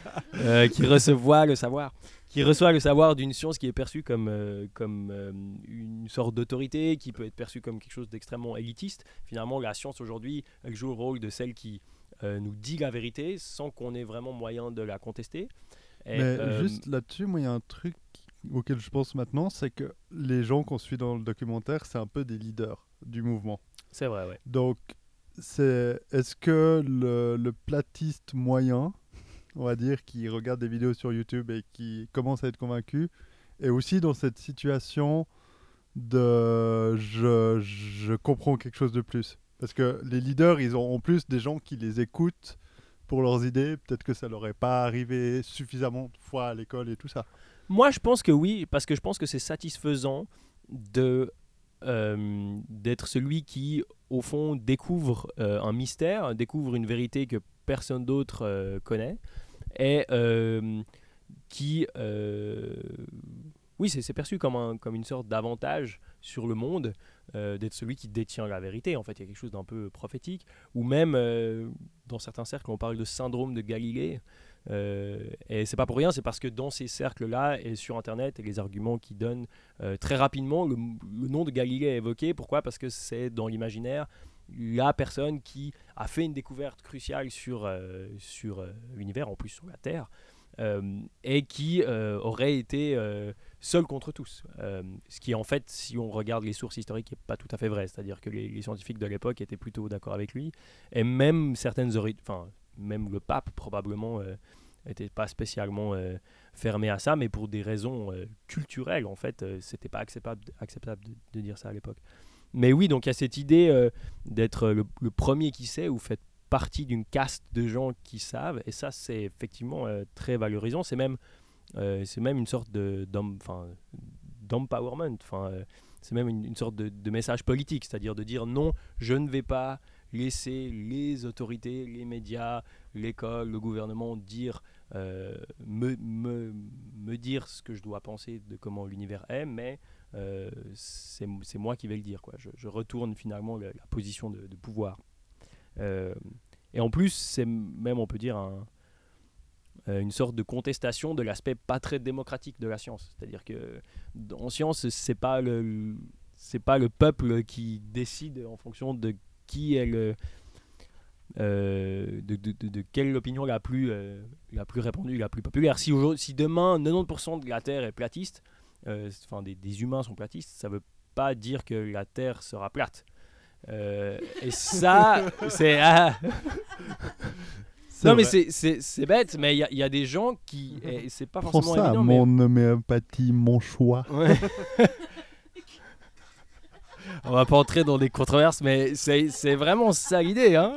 le savoir d'une science qui est perçue comme une sorte d'autorité, qui peut être perçue comme quelque chose d'extrêmement élitiste. Finalement, la science aujourd'hui, elle joue le rôle de celle qui nous dit la vérité sans qu'on ait vraiment moyen de la contester.
Mais juste là-dessus, moi, il y a un truc auquel je pense maintenant, c'est que les gens qu'on suit dans le documentaire, c'est un peu des leaders du mouvement.
C'est vrai, ouais.
Donc, est-ce que le platiste moyen, on va dire, qui regarde des vidéos sur YouTube et qui commence à être convaincu, est aussi dans cette situation de je comprends quelque chose de plus? Parce que les leaders, ils ont en plus des gens qui les écoutent pour leurs idées, peut-être que ça leur est pas arrivé suffisamment de fois à l'école et tout ça.
Moi, je pense que oui, parce que je pense que c'est satisfaisant d'être celui qui, au fond, découvre un mystère, découvre une vérité que personne d'autre connaît, et qui... oui, c'est perçu comme une sorte d'avantage sur le monde, d'être celui qui détient la vérité. En fait, il y a quelque chose d'un peu prophétique. Ou même, dans certains cercles, on parle de syndrome de Galilée. Et c'est pas pour rien, c'est parce que dans ces cercles-là et sur Internet, et les arguments qui donnent très rapidement, le nom de Galilée est évoqué. Pourquoi ? Parce que c'est dans l'imaginaire la personne qui a fait une découverte cruciale sur l'univers, en plus sur la Terre, et qui aurait été seul contre tous. Ce qui, en fait, si on regarde les sources historiques, n'est pas tout à fait vrai. C'est-à-dire que les scientifiques de l'époque étaient plutôt d'accord avec lui. Et même même le pape, probablement, n'était pas spécialement fermé à ça, mais pour des raisons culturelles, en fait, c'était pas acceptable de dire ça à l'époque. Mais oui, donc il y a cette idée d'être le premier qui sait, ou faites partie d'une caste de gens qui savent, et ça, c'est effectivement très valorisant. C'est même une sorte d'empowerment. C'est même une sorte de message politique, c'est-à-dire de dire non, je ne vais pas laisser les autorités, les médias, l'école, le gouvernement me dire ce que je dois penser de comment l'univers est, mais c'est moi qui vais le dire, quoi. Je retourne finalement la position de pouvoir. Et en plus, c'est même, on peut dire, une sorte de contestation de l'aspect pas très démocratique de la science. C'est-à-dire que en science, c'est pas le peuple qui décide en fonction de qui est de quelle opinion la plus répandue, la plus populaire. Si demain 90% de la Terre est platiste, des humains sont platistes, ça veut pas dire que la Terre sera plate. Et ça, c'est... Non, mais c'est bête, mais il y a des gens qui... Et c'est pas
Prends
forcément
ça,
évident,
mon homéopathie, mon choix.
Ouais. On va pas entrer dans des controverses, mais c'est vraiment ça l'idée, hein.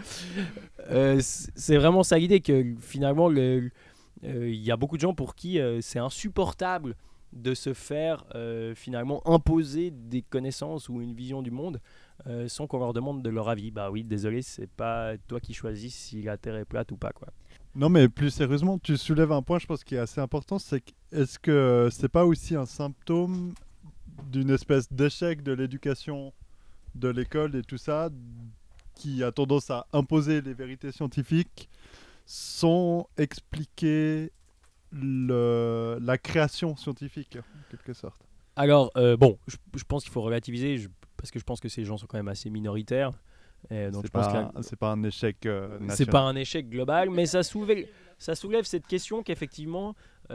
C'est vraiment ça l'idée, que finalement, il y a beaucoup de gens pour qui c'est insupportable de se faire finalement imposer des connaissances ou une vision du monde sans qu'on leur demande de leur avis. Bah oui, désolé, c'est pas toi qui choisis si la Terre est plate ou pas, quoi.
Non, mais plus sérieusement, tu soulèves un point, je pense, qui est assez important, c'est est-ce que c'est pas aussi un symptôme d'une espèce d'échec de l'éducation de l'école et tout ça, qui a tendance à imposer les vérités scientifiques sans expliquer la création scientifique, en quelque sorte.
Alors, bon, je pense qu'il faut relativiser, parce que je pense que ces gens sont quand même assez minoritaires. Et donc
C'est pas un échec national.
C'est pas un échec global, mais ça soulève cette question qu'effectivement,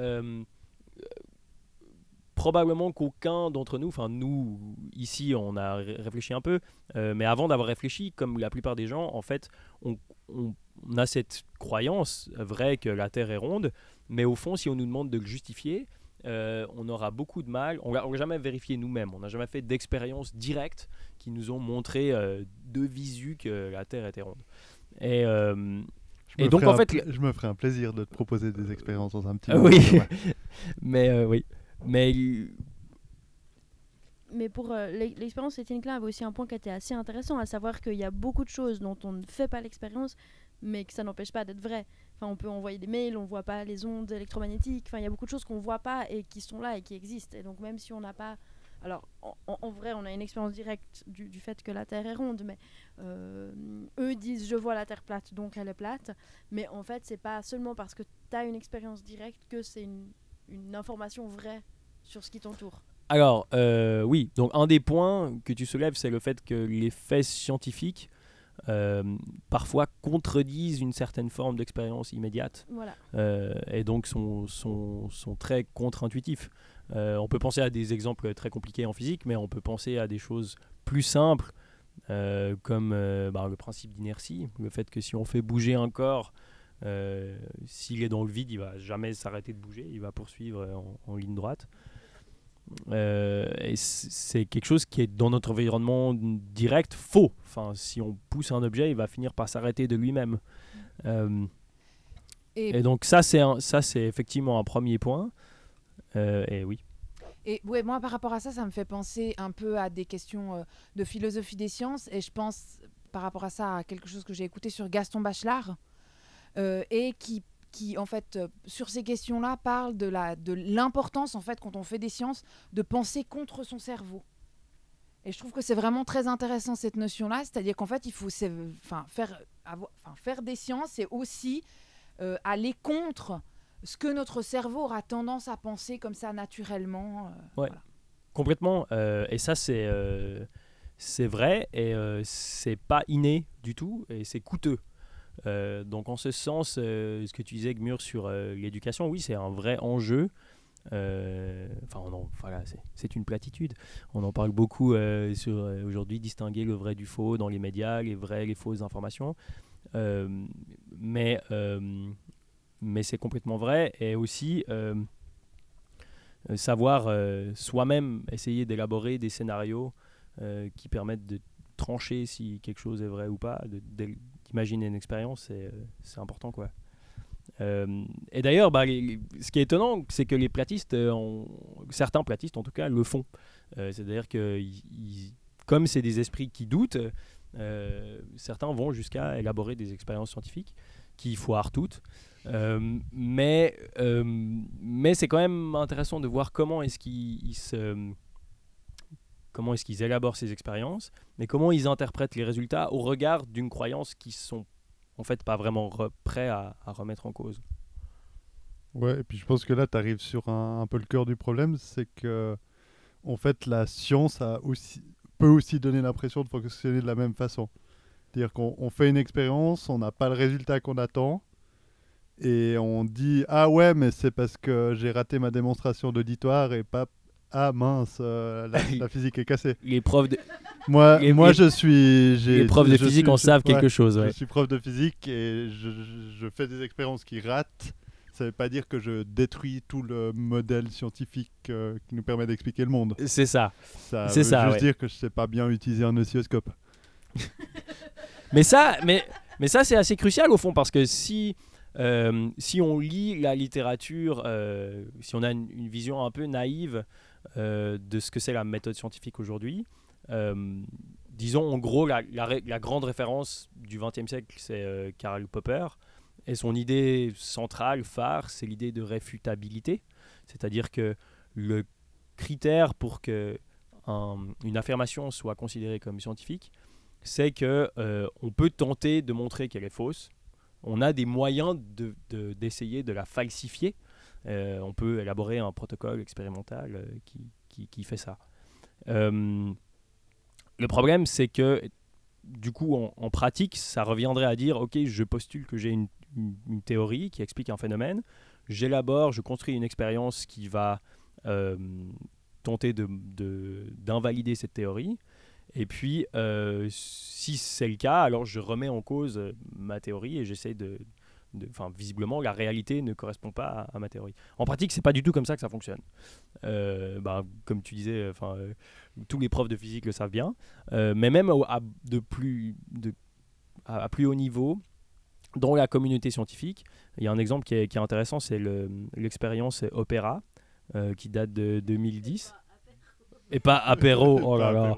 probablement qu'aucun d'entre nous, enfin nous ici on a réfléchi un peu, mais avant d'avoir réfléchi, comme la plupart des gens, en fait, on a cette croyance vraie que la Terre est ronde, mais au fond, si on nous demande de le justifier, on aura beaucoup de mal. On l'a jamais vérifié nous-mêmes, on n'a jamais fait d'expériences directes qui nous ont montré de visu que la Terre était ronde. Et donc en fait,
je me ferai un plaisir de te proposer des expériences dans un petit
oui,
moment.
mais oui, mais
pour l'expérience éthique-là avait aussi un point qui était assez intéressant, à savoir qu'il y a beaucoup de choses dont on ne fait pas l'expérience, mais que ça n'empêche pas d'être vrai. Enfin, on peut envoyer des mails, on voit pas les ondes électromagnétiques. Enfin, il y a beaucoup de choses qu'on voit pas et qui sont là et qui existent. Et donc même si on n'a pas... Alors, en vrai, on a une expérience directe du fait que la Terre est ronde, mais eux disent « je vois la Terre plate, donc elle est plate ». Mais en fait, c'est pas seulement parce que tu as une expérience directe que c'est une information vraie sur ce qui t'entoure.
Alors, oui, donc un des points que tu soulèves, c'est le fait que les faits scientifiques parfois contredisent une certaine forme d'expérience immédiate.
Voilà.
Et donc sont très contre-intuitifs. On peut penser à des exemples très compliqués en physique, mais on peut penser à des choses plus simples, comme le principe d'inertie, le fait que si on fait bouger un corps, s'il est dans le vide, il va jamais s'arrêter de bouger, il va poursuivre en ligne droite. Et c'est quelque chose qui est dans notre environnement direct faux. Enfin, si on pousse un objet, il va finir par s'arrêter de lui-même.
Et,
Et donc ça, c'est effectivement un premier point. Et oui.
et ouais, moi, par rapport à ça, ça me fait penser un peu à des questions de philosophie des sciences. Et je pense, par rapport à ça, à quelque chose que j'ai écouté sur Gaston Bachelard, et qui en fait, sur ces questions-là, parle de l'importance, en fait, quand on fait des sciences, de penser contre son cerveau. Et je trouve que c'est vraiment très intéressant, cette notion-là. C'est-à-dire qu'en fait, il faut faire des sciences, c'est aussi aller contre ce que notre cerveau aura tendance à penser comme ça naturellement.
Ouais.
Voilà.
Complètement. Et ça, c'est vrai. Et c'est pas inné du tout. Et c'est coûteux. Donc en ce sens, ce que tu disais, Gmur, sur l'éducation, oui, c'est un vrai enjeu. Voilà, c'est une platitude. On en parle beaucoup sur aujourd'hui, distinguer le vrai du faux dans les médias, les vraies, les fausses informations. Mais c'est complètement vrai. Et aussi savoir soi-même essayer d'élaborer des scénarios qui permettent de trancher si quelque chose est vrai ou pas, d'imaginer une expérience, c'est important, quoi. Et d'ailleurs, ce qui est étonnant, c'est que les platistes, certains platistes en tout cas, le font. C'est-à-dire que comme c'est des esprits qui doutent, certains vont jusqu'à élaborer des expériences scientifiques qui foirent toutes. Mais c'est quand même intéressant de voir comment est-ce qu'ils élaborent ces expériences, mais comment ils interprètent les résultats au regard d'une croyance qu'ils sont en fait pas vraiment prêts à remettre en cause.
Ouais, et puis je pense que là, tu arrives sur un peu le cœur du problème, c'est que en fait, la science peut aussi donner l'impression de fonctionner de la même façon. C'est-à-dire qu'on fait une expérience, on n'a pas le résultat qu'on attend, et on dit « Ah ouais, mais c'est parce que j'ai raté ma démonstration d'auditoire et pas... Ah mince, la physique est cassée. »
Les profs de,
Moi,
Les-
moi
les-
je suis...
les profs de physique en savent quelque chose.
Je
Ouais.
suis prof de physique et je fais des expériences qui ratent. Ça ne veut pas dire que je détruis tout le modèle scientifique qui nous permet d'expliquer le monde.
C'est ça.
Ça
C'est
veut
ça,
juste
ouais.
dire que je ne sais pas bien utiliser un oscilloscope.
Mais ça, c'est assez crucial au fond, parce que si on lit la littérature, si on a une vision un peu naïve de ce que c'est la méthode scientifique aujourd'hui, disons en gros la grande référence du XXe siècle, c'est Karl Popper, et son idée centrale, phare, c'est l'idée de réfutabilité, c'est-à-dire que le critère pour que une affirmation soit considérée comme scientifique, c'est que on peut tenter de montrer qu'elle est fausse. On a des moyens d'essayer de la falsifier. On peut élaborer un protocole expérimental qui fait ça. Le problème, c'est que du coup, en pratique, ça reviendrait à dire, ok, je postule que j'ai une théorie qui explique un phénomène, j'élabore, je construis une expérience qui va tenter d'invalider cette théorie. Et puis, si c'est le cas, alors je remets en cause ma théorie et j'essaie visiblement, la réalité ne correspond pas à ma théorie. En pratique, c'est pas du tout comme ça que ça fonctionne. Comme tu disais, tous les profs de physique le savent bien, mais même à plus haut niveau, dans la communauté scientifique, il y a un exemple qui est intéressant, c'est l'expérience Opéra, qui date de 2010. Et pas apéro, oh là là.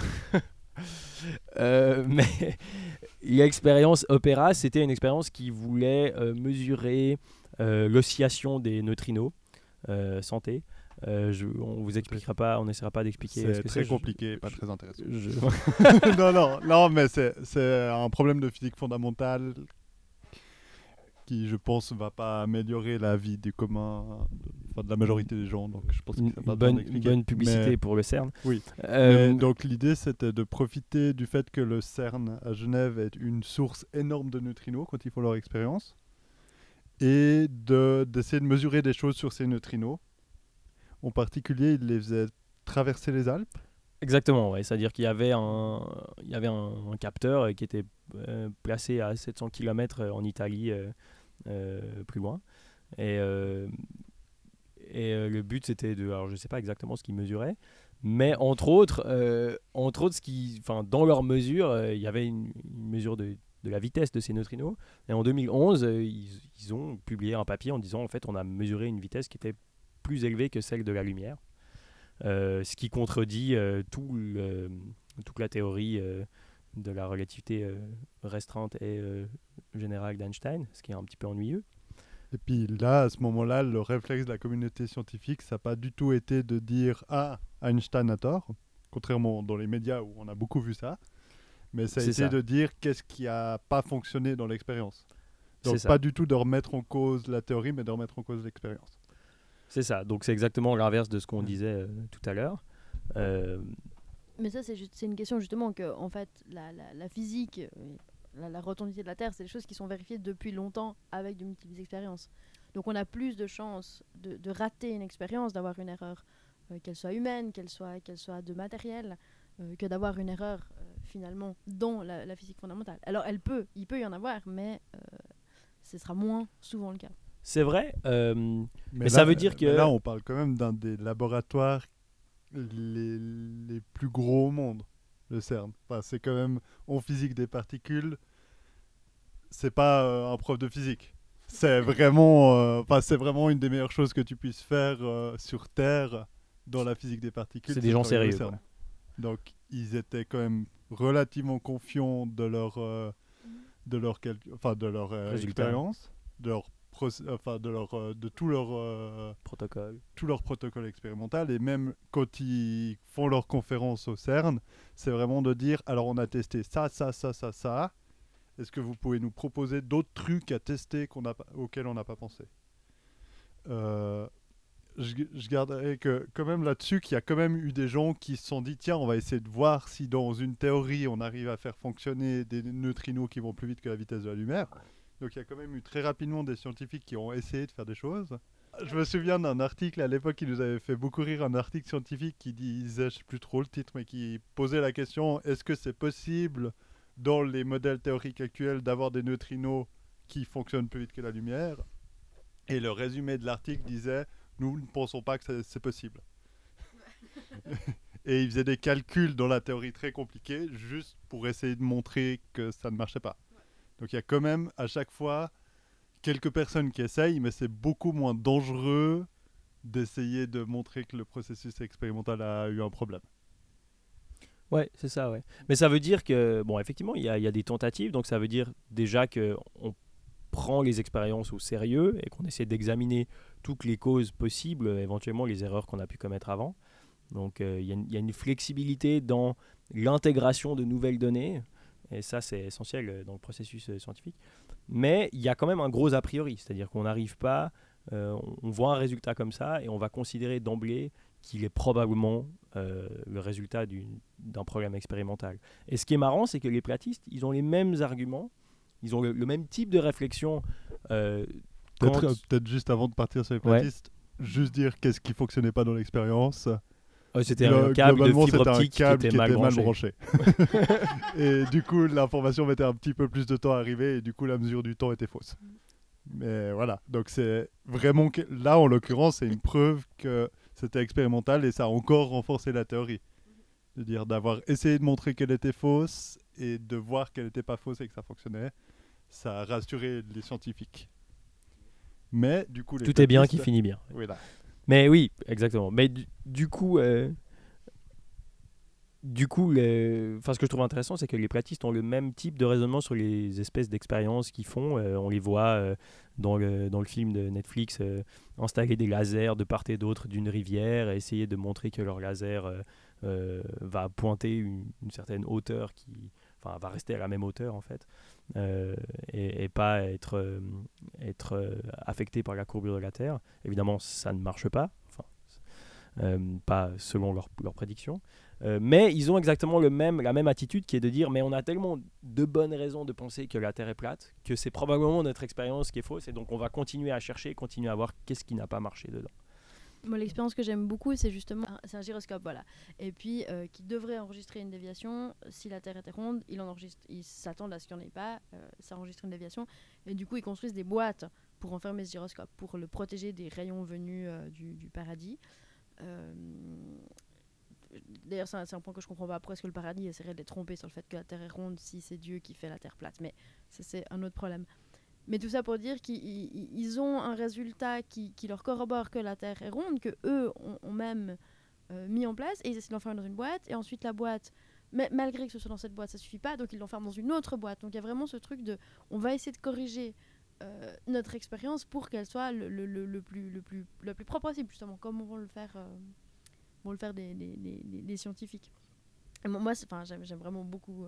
Mais l'expérience Opéra, c'était une expérience qui voulait mesurer l'oscillation des neutrinos santé. On vous expliquera pas, on n'essaiera pas d'expliquer.
C'est
ce que
très compliqué, pas très intéressant. non, mais c'est un problème de physique fondamentale qui, je pense, va pas améliorer la vie du commun, de la majorité des gens. Donc, je pense que
Une
ça pas
bonne publicité pour le CERN.
Oui. Mais donc, l'idée, c'était de profiter du fait que le CERN à Genève est une source énorme de neutrinos quand ils font leur expérience et d'essayer de mesurer des choses sur ces neutrinos. En particulier, ils les faisaient traverser les Alpes.
Exactement, ouais. C'est-à-dire qu'il y avait un capteur qui était placé à 700 km en Italie, plus loin. Et le but, c'était alors je ne sais pas exactement ce qu'ils mesuraient, mais entre autres, dans leur mesure, il y avait une mesure de de la vitesse de ces neutrinos. Et en 2011, ils ont publié un papier en disant en fait on a mesuré une vitesse qui était plus élevée que celle de la lumière, ce qui contredit toute la théorie de la relativité restreinte et générale d'Einstein, ce qui est un petit peu ennuyeux.
Et puis là, à ce moment-là, le réflexe de la communauté scientifique, ça n'a pas du tout été de dire « Ah, Einstein a tort », contrairement dans les médias où on a beaucoup vu ça, mais ça a
C'est
été
ça.
de dire qu'est-ce qui n'a pas fonctionné dans l'expérience. Donc
C'est ça.
pas du tout de remettre en cause la théorie, mais de remettre en cause l'expérience.
C'est ça, donc c'est exactement l'inverse de ce qu'on disait tout à l'heure.
Mais ça, c'est une question justement que, en fait, la physique, la rotondité de la Terre, c'est des choses qui sont vérifiées depuis longtemps avec de multiples expériences. Donc on a plus de chances de rater une expérience, d'avoir une erreur, qu'elle soit humaine, qu'elle soit de matériel, que d'avoir une erreur finalement dans la physique fondamentale. Alors il peut y en avoir, mais ce sera moins souvent le cas.
C'est vrai,
Mais
ça veut dire que...
mais là, on parle quand même d'un des laboratoires les plus gros au monde, le CERN. Enfin, c'est quand même, en physique des particules, c'est pas un prof de physique. C'est vraiment une des meilleures choses que tu puisses faire sur Terre dans la physique des particules.
C'est des gens
travailler au
sérieux,
CERN.
quoi.
Donc, ils étaient quand même relativement confiants de leur
Résultat.
expérience, de tout leur protocole expérimental. Et même quand ils font leur conférence au CERN, c'est vraiment de dire, alors on a testé ça. Est-ce que vous pouvez nous proposer d'autres trucs à tester auxquels on n'a pas pensé? Je garderai que quand même là-dessus qu'il y a quand même eu des gens qui se sont dit tiens, on va essayer de voir si dans une théorie on arrive à faire fonctionner des neutrinos qui vont plus vite que la vitesse de la lumière. Donc il y a quand même eu très rapidement des scientifiques qui ont essayé de faire des choses. Je me souviens d'un article à l'époque qui nous avait fait beaucoup rire, un article scientifique qui disait, je sais plus trop le titre, mais qui posait la question est-ce que c'est possible dans les modèles théoriques actuels d'avoir des neutrinos qui fonctionnent plus vite que la lumière? Et le résumé de l'article disait nous ne pensons pas que c'est possible. Et il faisait des calculs dans la théorie très compliqués juste pour essayer de montrer que ça ne marchait pas. Donc il y a quand même à chaque fois quelques personnes qui essayent, mais c'est beaucoup moins dangereux d'essayer de montrer que le processus expérimental a eu un problème.
Ouais, c'est ça, ouais. Mais ça veut dire que, bon, effectivement, il y a des tentatives, donc ça veut dire déjà qu'on prend les expériences au sérieux et qu'on essaie d'examiner toutes les causes possibles, éventuellement les erreurs qu'on a pu commettre avant. Donc il y a une flexibilité dans l'intégration de nouvelles données, et ça c'est essentiel dans le processus scientifique. Mais il y a quand même un gros a priori, c'est-à-dire qu'on n'arrive pas, on voit un résultat comme ça et on va considérer d'emblée qu'il est probablement le résultat d'un problème expérimental. Et ce qui est marrant, c'est que les platistes, ils ont les mêmes arguments, ils ont le même type de réflexion.
Peut-être juste avant de partir sur les platistes, juste dire qu'est-ce qui fonctionnait pas dans l'expérience.
C'était un câble de
Globalement,
fibre
c'était un
optique qui
câble
était mal branché.
Et du coup, l'information mettait un petit peu plus de temps à arriver et du coup, la mesure du temps était fausse. Mais voilà, donc c'est vraiment là en l'occurrence, c'est une preuve que c'était expérimental et ça a encore renforcé la théorie. De dire d'avoir essayé de montrer qu'elle était fausse et de voir qu'elle n'était pas fausse et que ça fonctionnait, ça a rassuré les scientifiques. Mais du coup,
tout est bien qui finit bien.
Voilà.
Mais oui, exactement. Mais du coup, ce que je trouve intéressant, c'est que les platistes ont le même type de raisonnement sur les espèces d'expériences qu'ils font. On les voit dans le film de Netflix installer des lasers de part et d'autre d'une rivière et essayer de montrer que leur laser va pointer une certaine hauteur va rester à la même hauteur en fait et pas être affecté par la courbure de la Terre. Évidemment, ça ne marche pas, pas selon leurs prédictions. Mais ils ont exactement la même attitude qui est de dire mais on a tellement de bonnes raisons de penser que la Terre est plate que c'est probablement notre expérience qui est fausse et donc on va continuer à chercher, continuer à voir qu'est-ce qui n'a pas marché dedans.
Moi, l'expérience que j'aime beaucoup, c'est justement c'est un gyroscope, voilà. Et puis, qui devrait enregistrer une déviation. Si la Terre était ronde, ils s'attendent à ce qu'il n'y en ait pas. Ça enregistre une déviation. Et du coup, ils construisent des boîtes pour enfermer ce gyroscope, pour le protéger des rayons venus du paradis. d'ailleurs, c'est un point que je comprends pas. Pourquoi est-ce que le paradis essaierait de les tromper sur le fait que la Terre est ronde si c'est Dieu qui fait la Terre plate? Mais ça, c'est un autre problème. Mais tout ça pour dire qu'ils ont un résultat qui leur corrobore que la Terre est ronde, que eux ont même mis en place, et ils essaient de l'enfermer dans une boîte, et ensuite la boîte, mais malgré que ce soit dans cette boîte, ça suffit pas, donc ils l'enferment dans une autre boîte. Donc il y a vraiment ce truc de, on va essayer de corriger notre expérience pour qu'elle soit le plus propre possible, justement, comme vont le faire les scientifiques. Et moi, j'aime vraiment beaucoup.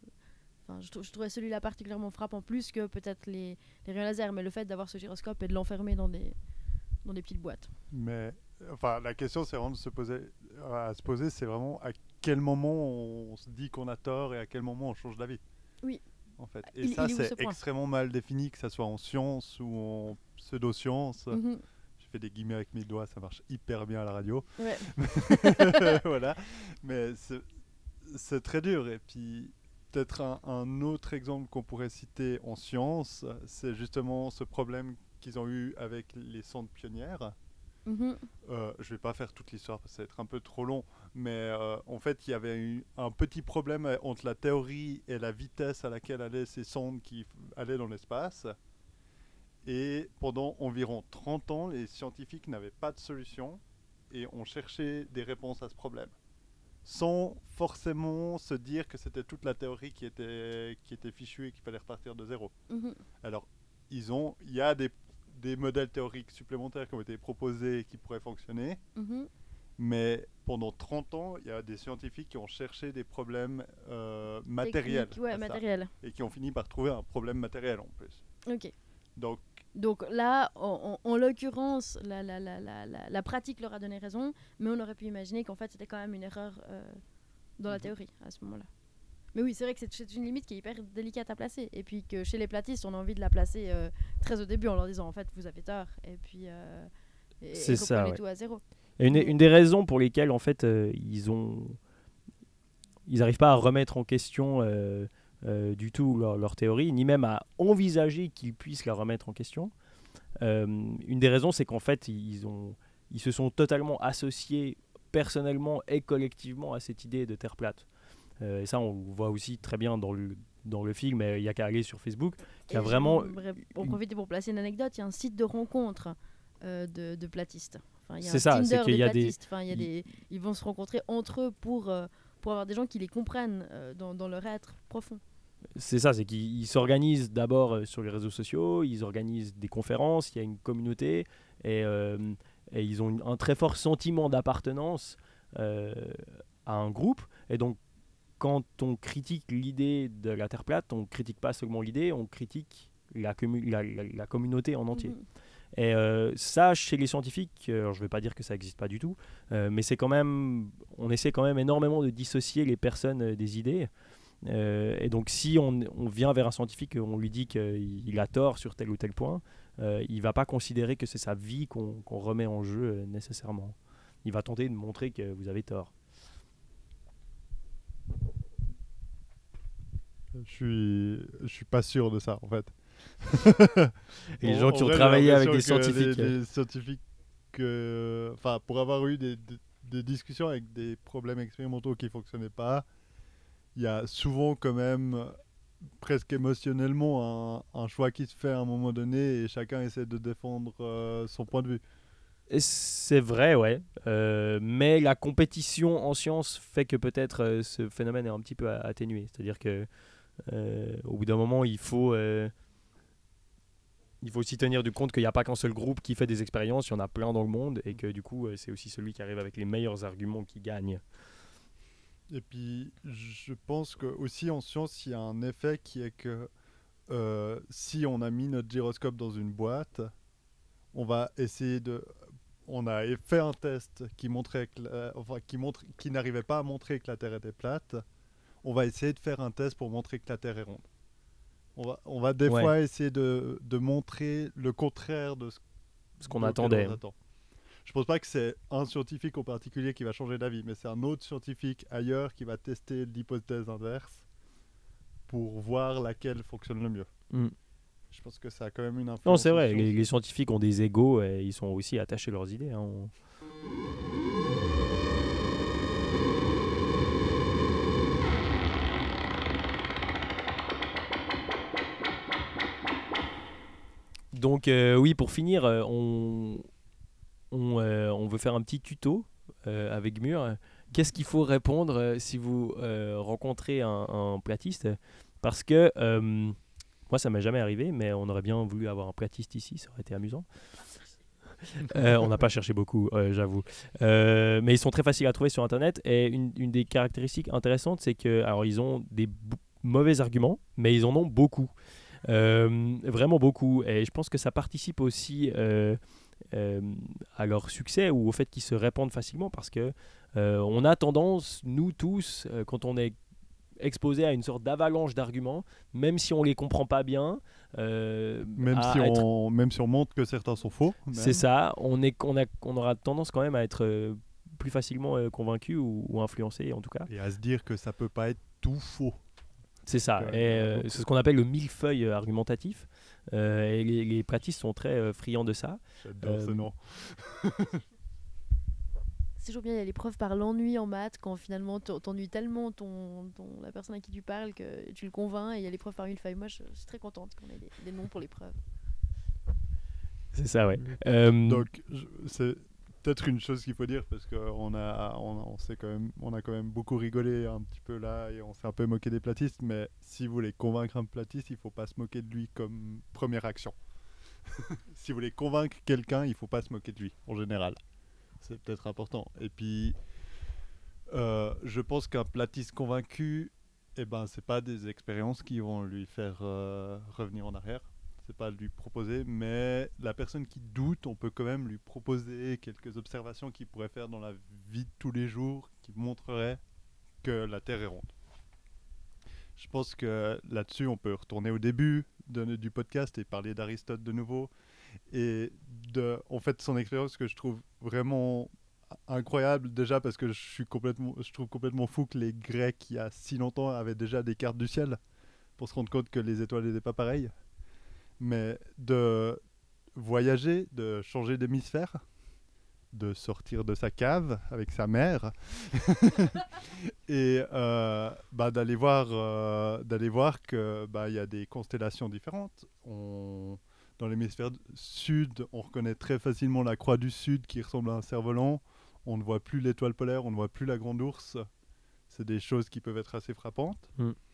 Je trouvais celui-là particulièrement frappant, plus que peut-être les rayons laser, mais le fait d'avoir ce gyroscope et de l'enfermer dans des petites boîtes.
Mais la question, c'est vraiment de se poser, c'est vraiment à quel moment on se dit qu'on a tort et à quel moment on change d'avis.
Oui.
En fait. Et ça, c'est extrêmement mal défini, que ça soit en science ou en pseudo-science.
Mm-hmm.
Je fais des guillemets avec mes doigts, ça marche hyper bien à la radio.
Ouais.
Voilà. Mais c'est très dur. Et puis, peut-être un autre exemple qu'on pourrait citer en science, c'est justement ce problème qu'ils ont eu avec les sondes pionnières.
Mm-hmm.
Je vais pas faire toute l'histoire parce que ça va être un peu trop long, mais en fait il y avait eu un petit problème entre la théorie et la vitesse à laquelle allaient ces sondes qui allaient dans l'espace, et pendant environ 30 ans les scientifiques n'avaient pas de solution et ont cherché des réponses à ce problème sans forcément se dire que c'était toute la théorie qui était fichue et qu'il fallait repartir de zéro.
Mm-hmm.
Alors il y a des modèles théoriques supplémentaires qui ont été proposés et qui pourraient fonctionner.
Mm-hmm.
Mais pendant 30 ans, il y a des scientifiques qui ont cherché des problèmes matériels.
Matériels.
Et qui ont fini par trouver un problème matériel en plus.
Ok.
Donc
là, en l'occurrence, la pratique leur a donné raison, mais on aurait pu imaginer qu'en fait, c'était quand même une erreur dans la théorie à ce moment-là. Mais oui, c'est vrai que c'est une limite qui est hyper délicate à placer. Et puis que chez les platistes, on a envie de la placer très au début en leur disant en fait vous avez tort. Et puis
c'est ça, ouais.
Tout à zéro.
Et une des raisons pour lesquelles en fait ils n'arrivent pas à remettre en question du tout leur théorie, ni même à envisager qu'ils puissent la remettre en question. Une des raisons, c'est qu'en fait ils se sont totalement associés personnellement et collectivement à cette idée de Terre plate. Et ça, on le voit aussi très bien dans le film, il n'y a qu'à aller sur Facebook, qui a vraiment...
Pour profiter pour placer une anecdote, il y a un site de rencontre de platistes. Enfin, il y a
c'est ça,
Tinder
c'est qu'il y a
platistes. Enfin, ils vont se rencontrer entre eux pour avoir des gens qui les comprennent dans leur être profond.
C'est ça, c'est qu'ils s'organisent d'abord sur les réseaux sociaux, ils organisent des conférences, il y a une communauté, et ils ont un très fort sentiment d'appartenance à un groupe, et donc quand on critique l'idée de la Terre plate, on ne critique pas seulement l'idée, on critique la communauté en entier. Mm-hmm. Et ça, chez les scientifiques, je ne vais pas dire que ça n'existe pas du tout, mais c'est quand même, on essaie quand même énormément de dissocier les personnes des idées. Et donc si on vient vers un scientifique et on lui dit qu'il a tort sur tel ou tel point, il ne va pas considérer que c'est sa vie qu'on remet en jeu nécessairement. Il va tenter de montrer que vous avez tort.
Je suis pas sûr de ça en fait.
Et les gens qui ont travaillé avec des scientifiques.
Les scientifiques, pour avoir eu des discussions avec des problèmes expérimentaux qui fonctionnaient pas, il y a souvent quand même presque émotionnellement un choix qui se fait à un moment donné et chacun essaie de défendre son point de vue.
Et c'est vrai, ouais. Mais la compétition en sciences fait que peut-être ce phénomène est un petit peu atténué. C'est-à-dire que au bout d'un moment, il faut aussi tenir du compte qu'il n'y a pas qu'un seul groupe qui fait des expériences, il y en a plein dans le monde, et que du coup, c'est aussi celui qui arrive avec les meilleurs arguments qui gagne.
Et puis, je pense que aussi en science, il y a un effet qui est que si on a mis notre gyroscope dans une boîte, on va essayer on a fait un test qui montrait qui n'arrivait pas à montrer que la Terre était plate. On va essayer de faire un test pour montrer que la Terre est ronde. On va des fois essayer de montrer le contraire de ce qu'on attendait. Je ne pense pas que c'est un scientifique en particulier qui va changer d'avis, mais c'est un autre scientifique ailleurs qui va tester l'hypothèse inverse pour voir laquelle fonctionne le mieux.
Mm.
Je pense que ça a quand même une influence.
Non, c'est vrai, les scientifiques ont des égos et ils sont aussi attachés à leurs idées. Hein. Donc oui, pour finir, on veut faire un petit tuto avec Mur. Qu'est-ce qu'il faut répondre si vous rencontrez un platiste? Parce que moi, ça m'est jamais arrivé, mais on aurait bien voulu avoir un platiste ici, ça aurait été amusant. On n'a pas cherché beaucoup, j'avoue. Mais ils sont très faciles à trouver sur Internet. Et une des caractéristiques intéressantes, c'est que, alors, ils ont des mauvais arguments, mais ils en ont beaucoup. Vraiment beaucoup. Et je pense que ça participe aussi à leur succès ou au fait qu'ils se répandent facilement parce que on a tendance, nous tous, quand on est exposé à une sorte d'avalanche d'arguments, même si on les comprend pas bien,
Même si on montre que certains sont faux.
c'est ça, on aura tendance quand même à être plus facilement convaincu ou influencé en tout cas.
Et à se dire que ça peut pas être tout faux.
C'est ça, et c'est ce qu'on appelle le millefeuille argumentatif. Et les pratistes sont très friands de ça.
J'adore ce nom.
C'est toujours bien, il y a l'épreuve par l'ennui en maths, quand finalement t'ennuies tellement la personne à qui tu parles que tu le convaincs, et il y a l'épreuve par millefeuille. Moi, je suis très contente qu'on ait des noms pour l'épreuve.
C'est ça, ouais.
Donc, c'est peut-être une chose qu'il faut dire, parce qu'on a quand même beaucoup rigolé un petit peu là, et on s'est un peu moqué des platistes, mais si vous voulez convaincre un platiste, il ne faut pas se moquer de lui comme première action. Si vous voulez convaincre quelqu'un, il ne faut pas se moquer de lui, en général. C'est peut-être important. Et puis, je pense qu'un platiste convaincu, c'est pas des expériences qui vont lui faire revenir en arrière. C'est pas lui proposer, mais la personne qui doute, on peut quand même lui proposer quelques observations qu'il pourrait faire dans la vie de tous les jours, qui montreraient que la Terre est ronde. Je pense que là-dessus, on peut retourner au début du podcast et parler d'Aristote de nouveau. Et en fait, son expérience que je trouve vraiment incroyable, déjà parce que je trouve complètement fou que les Grecs, il y a si longtemps, avaient déjà des cartes du ciel pour se rendre compte que les étoiles n'étaient pas pareilles. Mais de voyager, de changer d'hémisphère, de sortir de sa cave avec sa mère et d'aller voir que il y a des constellations différentes. Dans l'hémisphère sud, on reconnaît très facilement la croix du sud qui ressemble à un cerf-volant. On ne voit plus l'étoile polaire, on ne voit plus la grande ourse. C'est des choses qui peuvent être assez frappantes.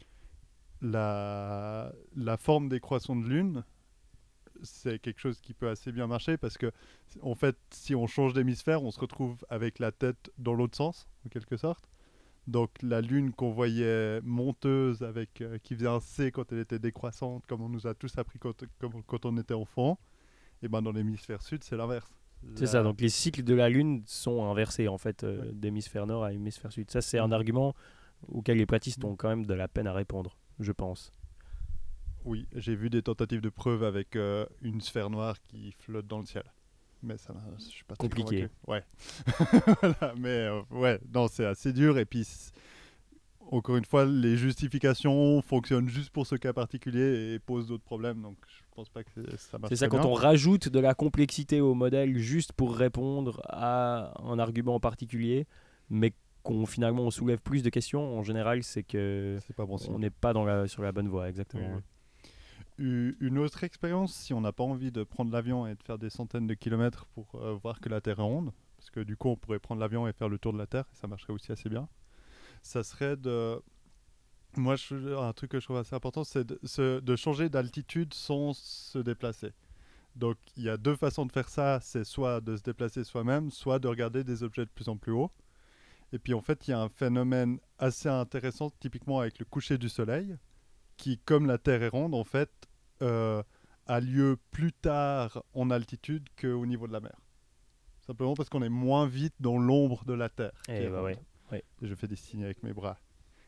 La forme des croissants de lune, c'est quelque chose qui peut assez bien marcher parce que, en fait, si on change d'hémisphère, on se retrouve avec la tête dans l'autre sens, en quelque sorte. Donc la lune qu'on voyait monteuse qui faisait un C quand elle était décroissante, comme on nous a tous appris quand on était enfant, et dans l'hémisphère sud, c'est l'inverse.
C'est ça, donc les cycles de la lune sont inversés en fait, d'hémisphère nord à hémisphère sud. Ça, c'est un argument auquel les platistes ont quand même de la peine à répondre, je pense.
Oui, j'ai vu des tentatives de preuve avec une sphère noire qui flotte dans le ciel. Mais ça, je suis pas très
compliqué.
Ouais. Voilà, mais non, c'est assez dur. Et puis, encore une fois, les justifications fonctionnent juste pour ce cas particulier et posent d'autres problèmes. Donc, je pense pas que ça marche.
C'est ça, quand on rajoute de la complexité au modèle juste pour répondre à un argument en particulier, mais finalement on soulève plus de questions, en général, c'est que
c'est pas bon signe.
On n'est pas sur la bonne voie, exactement.
Oui. Une autre expérience, si on n'a pas envie de prendre l'avion et de faire des centaines de kilomètres pour voir que la Terre est ronde, parce que du coup on pourrait prendre l'avion et faire le tour de la Terre, et ça marcherait aussi assez bien, ça serait un truc que je trouve assez important, c'est de changer d'altitude sans se déplacer. Donc il y a deux façons de faire ça, c'est soit de se déplacer soi-même, soit de regarder des objets de plus en plus haut. Et puis en fait il y a un phénomène assez intéressant, typiquement avec le coucher du soleil, qui, comme la Terre est ronde, en fait, a lieu plus tard en altitude qu'au niveau de la mer. Simplement parce qu'on est moins vite dans l'ombre de la Terre.
Et
je fais des signes avec mes bras.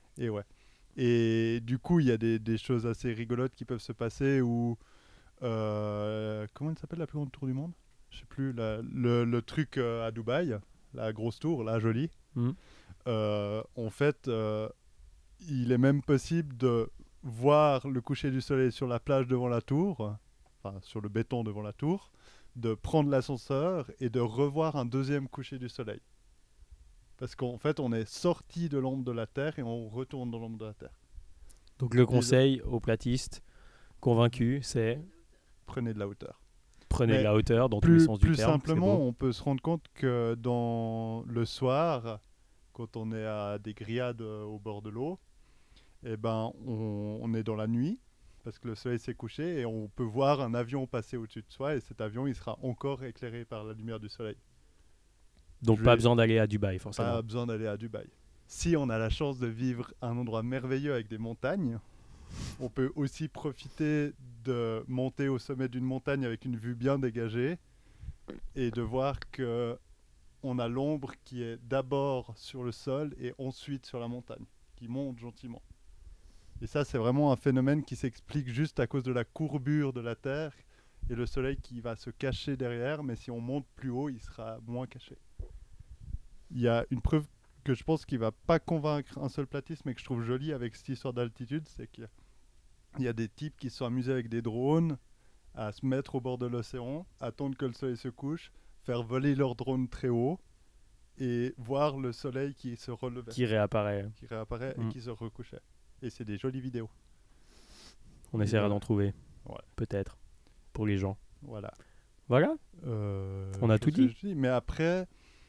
Et du coup, il y a des choses assez rigolotes qui peuvent se passer où... comment elle s'appelle la plus grande tour du monde ? Je sais plus. Le truc à Dubaï, la grosse tour, la jolie. En fait, il est même possible de voir le coucher du soleil sur la plage devant la tour, enfin sur le béton devant la tour, de prendre l'ascenseur et de revoir un deuxième coucher du soleil. Parce qu'en fait, on est sorti de l'ombre de la Terre et on retourne dans l'ombre de la Terre.
Donc le conseil aux platistes convaincus, c'est...
Prenez de la hauteur.
Prenez
Mais
de la hauteur dans tous les sens du
Plus
terme.
simplement,
c'est beau.
on peut se rendre compte que dans le soir, quand on est à des grillades au bord de l'eau, eh ben, on est dans la nuit parce que le soleil s'est couché et on peut voir un avion passer au-dessus de soi et cet avion il sera encore éclairé par la lumière du soleil.
Donc
je
pas
vais-
besoin d'aller à Dubaï forcément.
Pas besoin d'aller à Dubaï. Si on a la chance de vivre un endroit merveilleux avec des montagnes, on peut aussi profiter de monter au sommet d'une montagne avec une vue bien dégagée et de voir que on a l'ombre qui est d'abord sur le sol et ensuite sur la montagne, qui monte gentiment. Et ça, c'est vraiment un phénomène qui s'explique juste à cause de la courbure de la Terre et le soleil qui va se cacher derrière, mais si on monte plus haut, il sera moins caché. Il y a une preuve que je pense qui va pas convaincre un seul platiste, mais que je trouve jolie avec cette histoire d'altitude, c'est qu'il y a des types qui se sont amusés avec des drones à se mettre au bord de l'océan, attendre que le soleil se couche, faire voler leur drone très haut et voir le soleil qui se relevait,
Qui réapparaît.
qui réapparaît et qui se recouchait. Et c'est des jolies vidéos.
On essaiera
voilà.
d'en trouver.
Ouais.
Peut-être. Pour les gens.
Voilà.
Voilà. On a tout dit.
Mais après,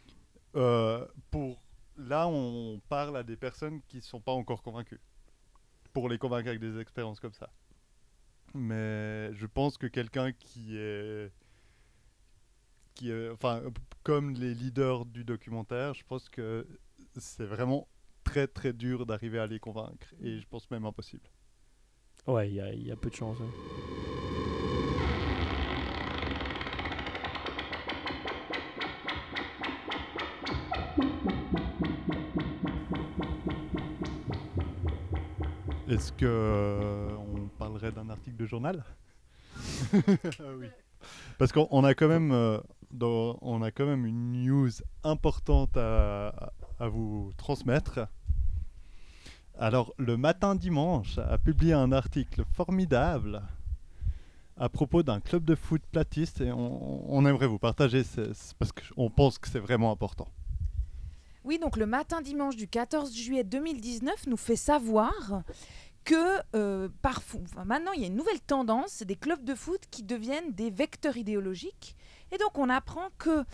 là, on parle à des personnes qui ne sont pas encore convaincues. Pour les convaincre avec des expériences comme ça. Mais je pense que quelqu'un qui est enfin, comme les leaders du documentaire, je pense que c'est vraiment très très dur d'arriver à les convaincre. Et je pense même impossible.
Ouais, il y a peu de chance. Ouais.
Est-ce que on parlerait d'un article de journal? Oui. Parce qu'on a quand même, on a quand même une news importante à vous transmettre. Alors, le Matin Dimanche a publié un article formidable à propos d'un club de foot platiste et on aimerait vous partager parce qu'on pense que c'est vraiment important.
Oui, donc le Matin Dimanche du 14 juillet 2019 nous fait savoir que maintenant il y a une nouvelle tendance, c'est des clubs de foot qui deviennent des vecteurs idéologiques. Et donc on apprend que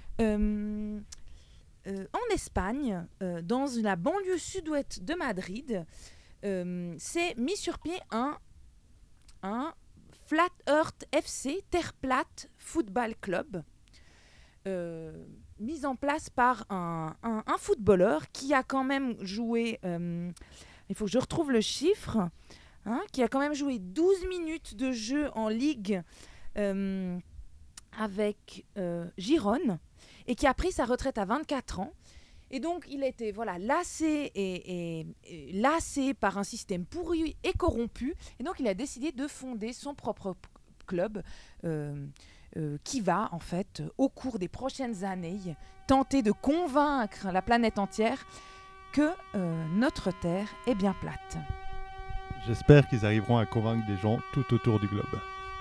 en Espagne, dans la banlieue sud-ouest de Madrid, s'est mis sur pied un Flat Earth FC, Terre Plate Football Club, mis en place par un footballeur qui a quand même joué, il faut que je retrouve le chiffre, qui a quand même joué 12 minutes de jeu en Ligue avec Girone et qui a pris sa retraite à 24 ans. Et donc, il était lassé lassé par un système pourri et corrompu. Et donc, il a décidé de fonder son propre club qui va, en fait, au cours des prochaines années, tenter de convaincre la planète entière que notre Terre est bien plate.
J'espère qu'ils arriveront à convaincre des gens tout autour du globe.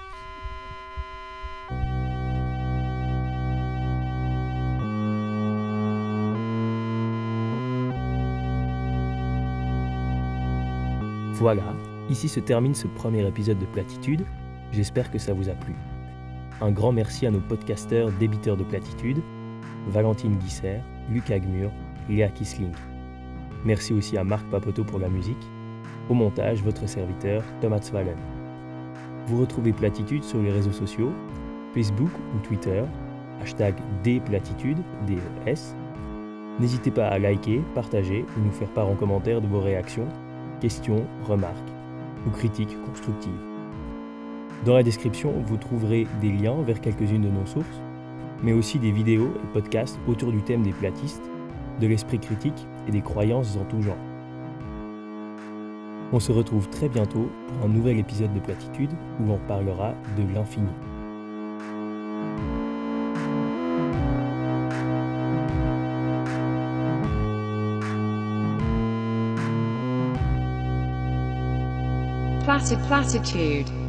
Voilà, ici se termine ce premier épisode de Platitude. J'espère que ça vous a plu. Un grand merci à nos podcasteurs débiteurs de Platitude, Valentine Guisser, Luc Agmur, Léa Kisling. Merci aussi à Marc Papoto pour la musique. Au montage, votre serviteur, Thomas Wallen. Vous retrouvez Platitude sur les réseaux sociaux, Facebook ou Twitter, #DPlatitude, DES. N'hésitez pas à liker, partager ou nous faire part en commentaire de vos réactions, questions, remarques ou critiques constructives. Dans la description, vous trouverez des liens vers quelques-unes de nos sources, mais aussi des vidéos et podcasts autour du thème des platistes, de l'esprit critique et des croyances en tout genre. On se retrouve très bientôt pour un nouvel épisode de Platitude où on parlera de l'infini.
Platitude.